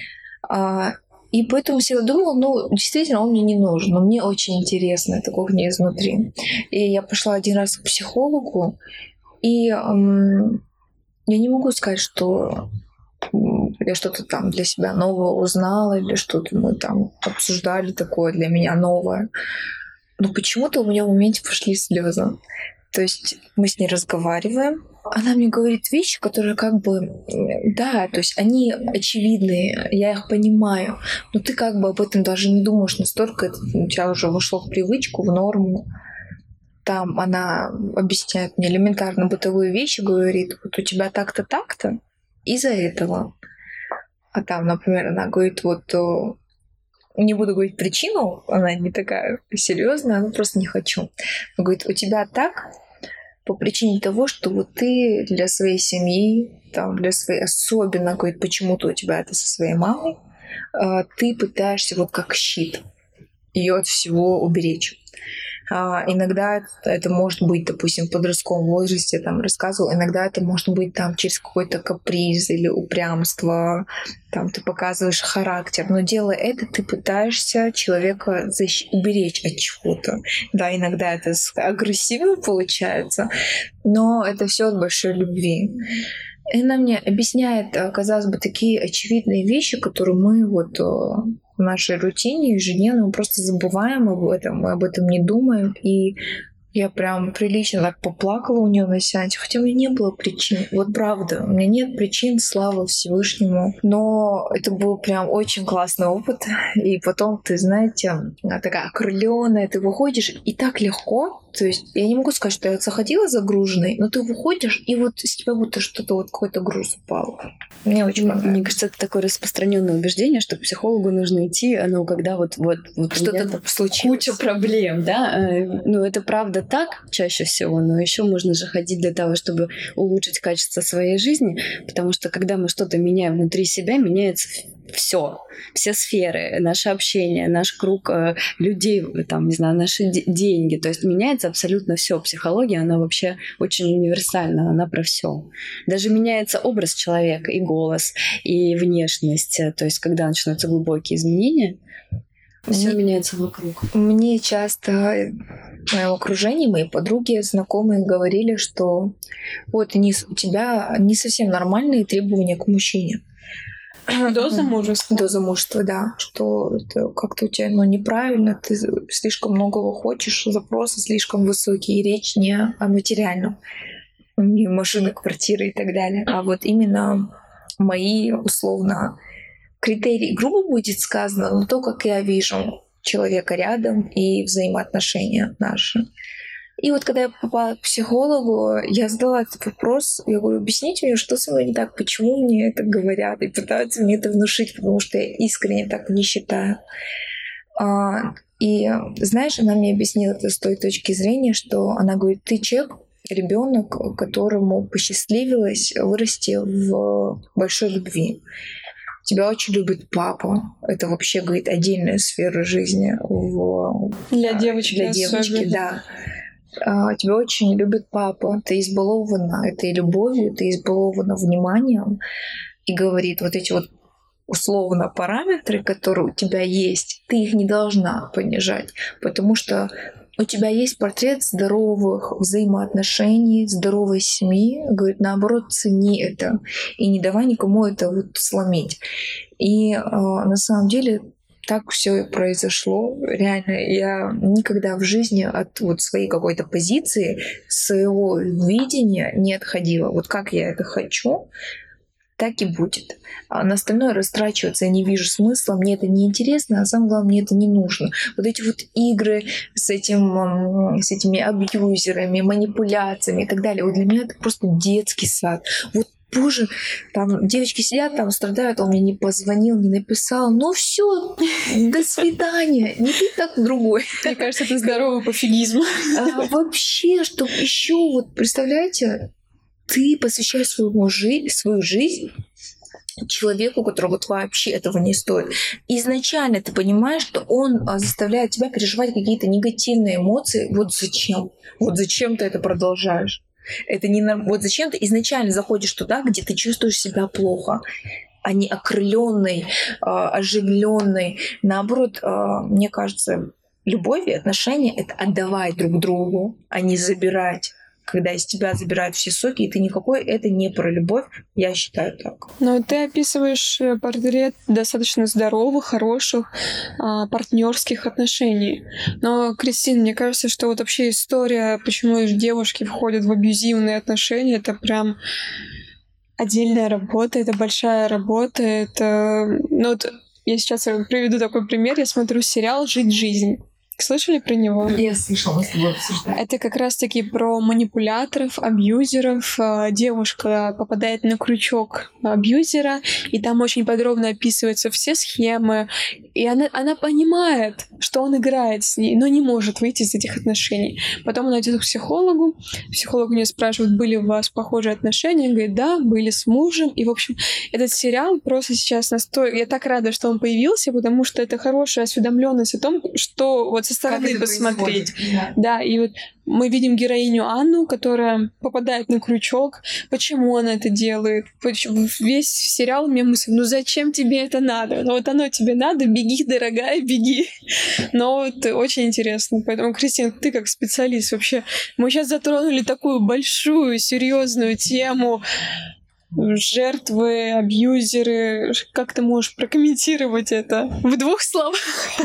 И поэтому всегда думала, действительно, он мне не нужен, но мне очень интересно это кухня изнутри. И я пошла один раз к психологу, и я не могу сказать, что я что-то там для себя новое узнала или что-то мы там обсуждали такое для меня новое. Но почему-то у меня в моменте пошли слезы. То есть мы с ней разговариваем, она мне говорит вещи, которые как бы, да, то есть они очевидные, я их понимаю, но ты как бы об этом даже не думаешь настолько, это у тебя уже вошло в привычку, в норму. Там она объясняет мне элементарно бытовые вещи, говорит, вот у тебя так-то, так-то, из-за этого. А там, например, она говорит, не буду говорить причину, она не такая серьезная, она просто не хочу. Она говорит, у тебя так по причине того, что вот ты для своей семьи, там, для своей, особенно, говорит, почему-то у тебя это со своей мамой, ты пытаешься вот как щит ее от всего уберечь. Иногда это может быть, допустим, в подростковом возрасте, там рассказывал, иногда это может быть там через какой-то каприз или упрямство, там ты показываешь характер, но делая это, ты пытаешься человека уберечь от чего-то. Да, иногда это агрессивно получается, но это все от большой любви. И она мне объясняет, казалось бы, такие очевидные вещи, которые мы в нашей рутине ежедневно мы просто забываем об этом, мы об этом не думаем. И я прям прилично так поплакала у нее на сеансе, хотя у меня не было причин. Вот правда, у меня нет причин, слава Всевышнему. Но это был прям очень классный опыт. И потом ты, знаете, такая окрылённая, ты выходишь, и так легко. То есть я не могу сказать, что я заходила загруженной, но ты выходишь, и вот с тебя будто что-то, какой-то груз упал. Мне очень понравилось. Мне кажется, это такое распространенное убеждение, что к психологу нужно идти, когда вот что-то случилось. Куча проблем, да. Ну, это правда так чаще всего, но еще можно же ходить для того, чтобы улучшить качество своей жизни, потому что когда мы что-то меняем внутри себя, меняется все сферы, наше общение, наш круг людей, там, не знаю, наши деньги. То есть меняется абсолютно все. Психология, она вообще очень универсальна, она про все. Даже меняется образ человека, и голос, и внешность. То есть когда начинаются глубокие изменения, все меняется вокруг. Мне часто в моем окружении мои подруги, знакомые говорили, что вот у тебя не совсем нормальные требования к мужчине. До замужества? До замужества, да. Что это как-то у тебя неправильно, ты слишком многого хочешь, запросы слишком высокие, речь не о материальном, не машины, квартиры и так далее. А вот именно мои, условно, критерии, грубо будет сказано, но то, как я вижу человека рядом и взаимоотношения наши. И вот когда я попала к психологу, я задала этот вопрос, я говорю, объясните мне, что со мной не так, почему мне это говорят, и пытаются мне это внушить, потому что я искренне так не считаю. И знаешь, она мне объяснила это с той точки зрения, что она говорит, ты человек, ребенок, которому посчастливилось вырасти в большой любви. Тебя очень любит папа. Это вообще, говорит, отдельная сфера жизни Для девочки для девочки, особенно. да. Тебя очень любит папа. Ты избалована этой любовью, ты избалована вниманием. И говорит, вот эти вот условно параметры, которые у тебя есть, ты их не должна понижать, потому что у тебя есть портрет здоровых взаимоотношений, здоровой семьи. Говорит, наоборот, цени это и не давай никому это вот сломить. И на самом деле так все и произошло. Реально, я никогда в жизни от вот своей какой-то позиции, своего видения не отходила. Вот как я это хочу, так и будет. А на остальное растрачиваться я не вижу смысла, мне это не интересно, а самое главное, мне это не нужно. Вот эти вот игры с этими абьюзерами, манипуляциями и так далее, вот для меня это просто детский сад. Вот боже, там девочки сидят, там страдают, он мне не позвонил, не написал, ну все, до свидания, не ты, так другой. Мне кажется, это здоровый пофигизм. Вообще, что еще, вот представляете, ты посвящаешь свою жизнь человеку, которого вот вообще этого не стоит. Изначально ты понимаешь, что он заставляет тебя переживать какие-то негативные эмоции. Вот зачем? Вот зачем ты это продолжаешь? Это не вот зачем ты изначально заходишь туда, где ты чувствуешь себя плохо, а не окрыленный, оживленный. Наоборот, мне кажется, любовь и отношения — это отдавать друг другу, а не забирать. Когда из тебя забирают все соки, и ты никакой, это не про любовь, я считаю так. Но ты описываешь портрет достаточно здоровых, хороших, партнерских отношений. Но, Кристин, мне кажется, что вот вообще история, почему девушки входят в абьюзивные отношения, это прям отдельная работа, это большая работа, это... Ну вот я сейчас приведу такой пример. Я смотрю сериал «Жить жизнь». Слышали про него? Я слышала, мы с тобой обсуждали. Это как раз-таки про манипуляторов, абьюзеров. Девушка попадает на крючок абьюзера, и там очень подробно описываются все схемы. И она понимает, что он играет с ней, но не может выйти из этих отношений. Потом она идет к психологу. Психолог у нее спрашивает, были у вас похожие отношения? Она говорит, да, были с мужем. И, в общем, этот сериал просто сейчас настолько... Я так рада, что он появился, потому что это хорошая осведомленность о том, что вот со стороны посмотреть. Да, и вот мы видим героиню Анну, которая попадает на крючок. Почему она это делает? Весь сериал мне мысль, ну зачем тебе это надо? Ну вот оно тебе надо, беги, дорогая, беги. Но вот очень интересно. Поэтому, Кристина, ты как специалист вообще, мы сейчас затронули такую большую, серьезную тему. Жертвы, абьюзеры. Как ты можешь прокомментировать это в 2 словах?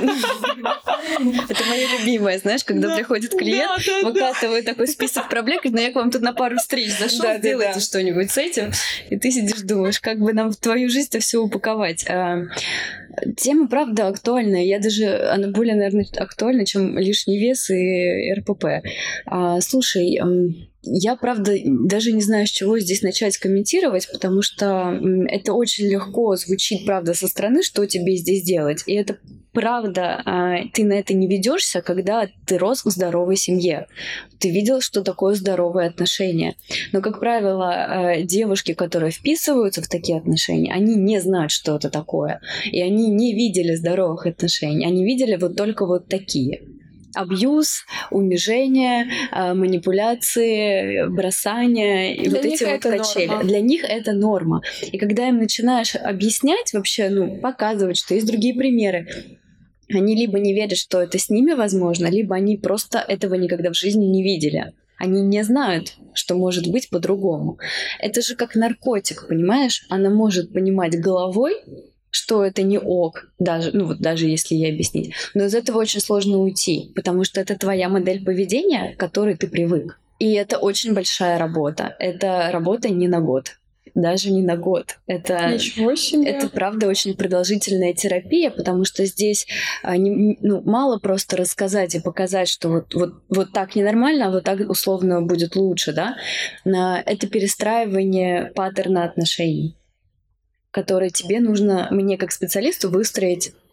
Это моя любимая, знаешь, когда приходит клиент, выкатывает такой список проблем, но я к вам тут на пару встреч зашел, сделайте что-нибудь с этим, и ты сидишь, думаешь, как бы нам в твою жизнь-то все упаковать. Тема, правда, актуальная. Она более, наверное, актуальна, чем лишний вес и РПП. Слушай, я, правда, даже не знаю, с чего здесь начать комментировать, потому что это очень легко звучит, правда, со стороны, что тебе здесь делать. И это правда, ты на это не ведешься, когда ты рос в здоровой семье. Ты видел, что такое здоровые отношения. Но, как правило, девушки, которые вписываются в такие отношения, они не знают, что это такое. И они не видели здоровых отношений. Они видели вот только вот такие. Абьюз, унижение, манипуляции, бросание и вот эти вот качели. Норма. Для них это норма. И когда им начинаешь объяснять вообще, показывать, что есть другие примеры, они либо не верят, что это с ними возможно, либо они просто этого никогда в жизни не видели. Они не знают, что может быть по-другому. Это же как наркотик, понимаешь? Она может понимать головой, что это не ок, даже если ей объяснить. Но из этого очень сложно уйти, потому что это твоя модель поведения, к которой ты привык. И это очень большая работа. Это работа не на год. Даже не на год. Ничего себе. Это, правда, очень продолжительная терапия, потому что здесь мало просто рассказать и показать, что вот так ненормально, а вот так условно будет лучше, да? Это перестраивание паттерна отношений, который тебе нужно, мне как специалисту, выстроить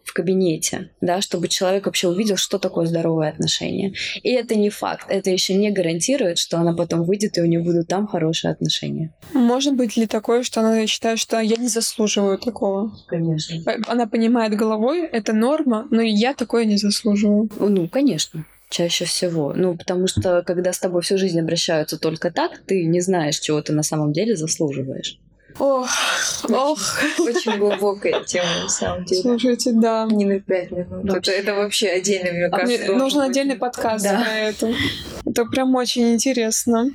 в кабинете, да, чтобы человек вообще увидел, что такое здоровые отношения. И это не факт, это еще не гарантирует, что она потом выйдет, и у нее будут там хорошие отношения. Может быть ли такое, что она считает, что я не заслуживаю такого? Конечно. Она понимает головой, это норма, но я такое не заслуживаю. Ну, конечно. Чаще всего. Ну, потому что, когда с тобой всю жизнь обращаются только так, ты не знаешь, чего ты на самом деле заслуживаешь. Ох. Очень глубокая тема, на самом деле. Слушайте, да. Не на 5 минут. Это вообще отдельно, мне кажется. Нужен отдельный подкаст про это. Это прям очень интересно.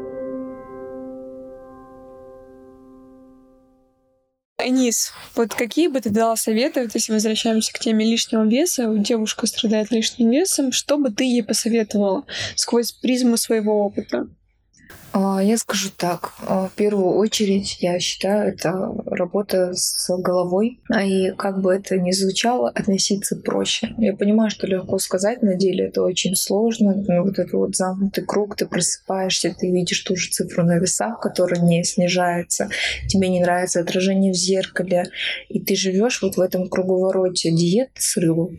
Энис, вот какие бы ты дала советы, вот если возвращаемся к теме лишнего веса, девушка страдает лишним весом, что бы ты ей посоветовала сквозь призму своего опыта? Я скажу так. В первую очередь, я считаю, это работа с головой. И как бы это ни звучало, относиться проще. Я понимаю, что легко сказать, на деле это очень сложно. Вот этот вот замкнутый круг, ты просыпаешься, ты видишь ту же цифру на весах, которая не снижается. Тебе не нравится отражение в зеркале. И ты живешь вот в этом круговороте диет срывов.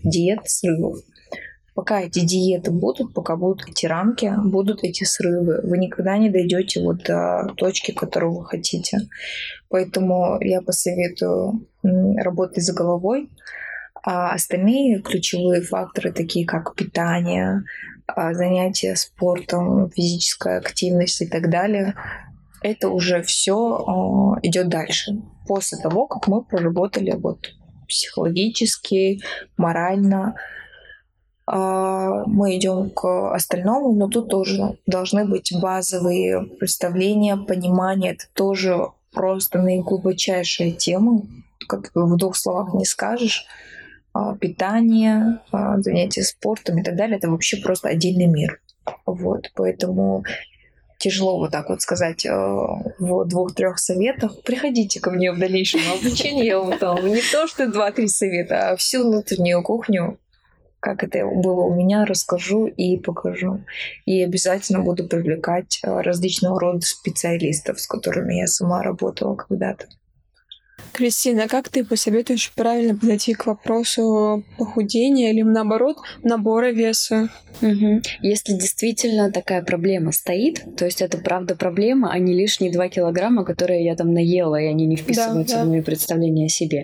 Пока эти диеты будут, пока будут эти рамки, будут эти срывы. Вы никогда не дойдете вот до точки, которую вы хотите. Поэтому я посоветую работать с головой. А остальные ключевые факторы, такие как питание, занятия спортом, физическая активность и так далее, это уже все идет дальше. После того, как мы проработали вот психологически, морально, мы идем к остальному, но тут тоже должны быть базовые представления, понимание. Это тоже просто наиглубочайшая тема, как в 2 словах не скажешь. Питание, занятия спортом и так далее — это вообще просто отдельный мир. Вот, поэтому тяжело вот так вот сказать в 2-3 советах. Приходите ко мне в дальнейшем обучение, я вам там не то что 2-3 совета, а всю внутреннюю кухню, как это было у меня, расскажу и покажу. И обязательно буду привлекать различного рода специалистов, с которыми я сама работала когда-то. Кристина, как ты посоветуешь правильно подойти к вопросу похудения или, наоборот, набора веса? Если действительно такая проблема стоит, то есть это правда проблема, а не лишние 2 килограмма, которые я там наела, и они не вписываются в мои представления о себе,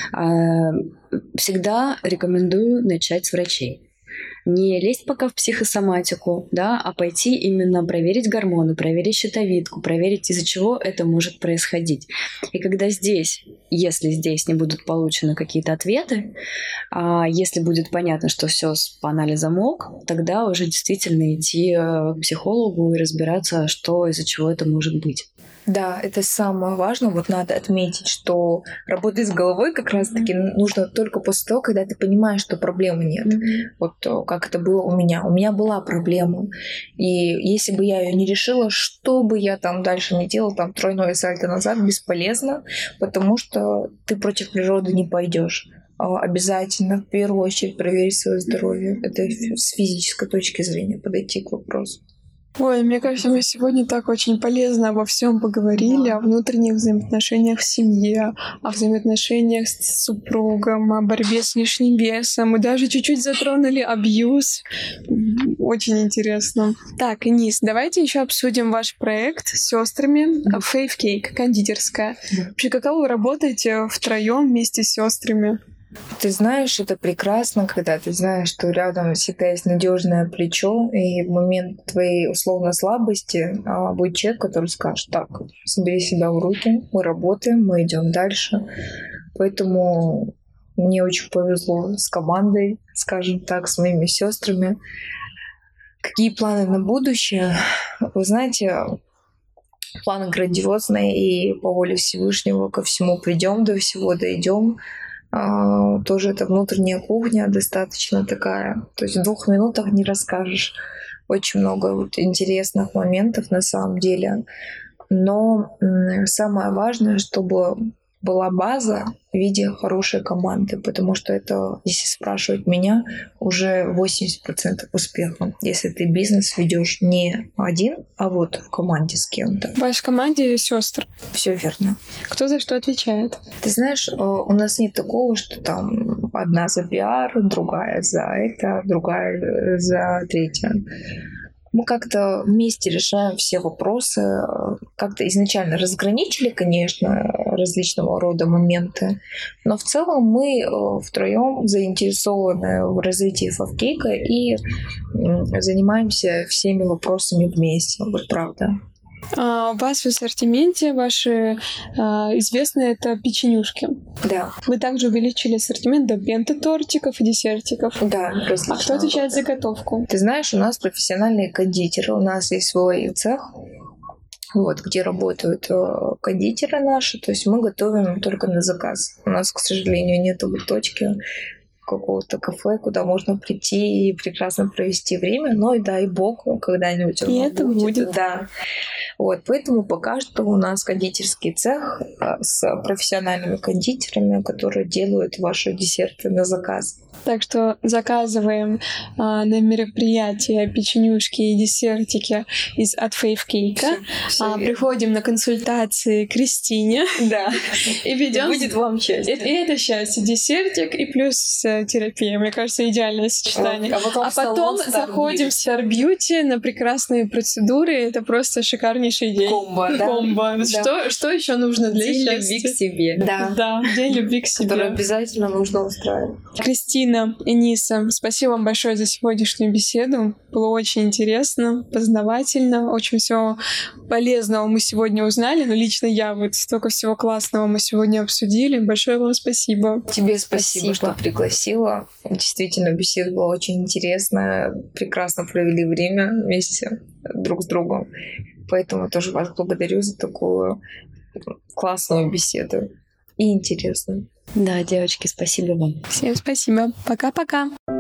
всегда рекомендую начать с врачей. Не лезть пока в психосоматику, да, а пойти именно проверить гормоны, проверить щитовидку, проверить, из-за чего это может происходить. И когда если здесь не будут получены какие-то ответы, если будет понятно, что все по анализам ок, тогда уже действительно идти к психологу и разбираться, что из-за чего это может быть. Да, это самое важное. Вот надо отметить, что работать с головой как раз-таки нужно только после того, когда ты понимаешь, что проблемы нет. Вот как это было у меня. У меня была проблема. И если бы я ее не решила, что бы я там дальше не делала, там тройное сальто назад, бесполезно, потому что ты против природы не пойдешь. Обязательно в первую очередь проверить свое здоровье. Это с физической точки зрения подойти к вопросу. Ой, мне кажется, мы сегодня так очень полезно обо всем поговорили, о внутренних взаимоотношениях в семье, о взаимоотношениях с супругом, о борьбе с лишним весом. Мы даже чуть-чуть затронули абьюз. Очень интересно. Так, Энис, давайте еще обсудим ваш проект с сестрами Fave Cake, кондитерская. Вообще, каково вы работаете втроем вместе с сестрами? Ты знаешь, это прекрасно, когда ты знаешь, что рядом всегда есть надежное плечо, и в момент твоей условно слабости будет человек, который скажет: так, собери себя в руки, мы работаем, мы идем дальше. Поэтому мне очень повезло с командой, скажем так, с моими сестрами. Какие планы на будущее? Вы знаете, планы грандиозные, и по воле Всевышнего ко всему придем, до всего дойдем. Тоже это внутренняя кухня достаточно такая. То есть в 2 минутах не расскажешь. Очень много вот интересных моментов на самом деле. Но самое важное, чтобы была база в виде хорошей команды, потому что это, если спрашивать меня, уже 80% успеха, если ты бизнес ведешь не один, а вот в команде с кем-то. В вашей команде сестры. Все верно. Кто за что отвечает? Ты знаешь, у нас нет такого, что там одна за пиар, другая за это, другая за третье. Мы как-то вместе решаем все вопросы. Как-то изначально разграничили, конечно, различного рода моменты, но в целом мы втроем заинтересованы в развитии Фавкейка и занимаемся всеми вопросами вместе. Вот правда. У вас в ассортименте ваши известные это печенюшки. Да. Вы также увеличили ассортимент до бенто-тортиков и десертиков. Да, А кто отвечает за готовку? Ты знаешь, у нас профессиональные кондитеры, у нас есть свой цех, вот, где работают кондитеры наши, то есть мы готовим только на заказ. У нас, к сожалению, нет точки какого-то кафе, куда можно прийти и прекрасно провести время, но и дай бог, когда-нибудь и это будет. Да. Вот, поэтому пока что у нас кондитерский цех с профессиональными кондитерами, которые делают ваши десерты на заказ. Так что заказываем на мероприятия печенюшки и десертики от Фавкейка. Приходим на консультации к Кристине. Да. И ведем. Будет вам счастье. И это счастье. Десертик и плюс терапия. Мне кажется, идеальное сочетание. А потом заходим в Star Beauty на прекрасные процедуры. Это просто шикарнейший день. Комбо. Да. Что еще нужно для День счастья? любви к себе. Да, день любви к себе. Который обязательно нужно устраивать. Кристина, Эниса, спасибо вам большое за сегодняшнюю беседу. Было очень интересно, познавательно, очень всего полезного мы сегодня узнали, но лично я вот столько всего классного мы сегодня обсудили. Большое вам спасибо. Тебе спасибо, что пригласила. Действительно, беседа была очень интересная. Прекрасно провели время вместе друг с другом. Поэтому тоже вас благодарю за такую классную беседу и интересную. Да, девочки, спасибо вам. Всем спасибо. Пока-пока.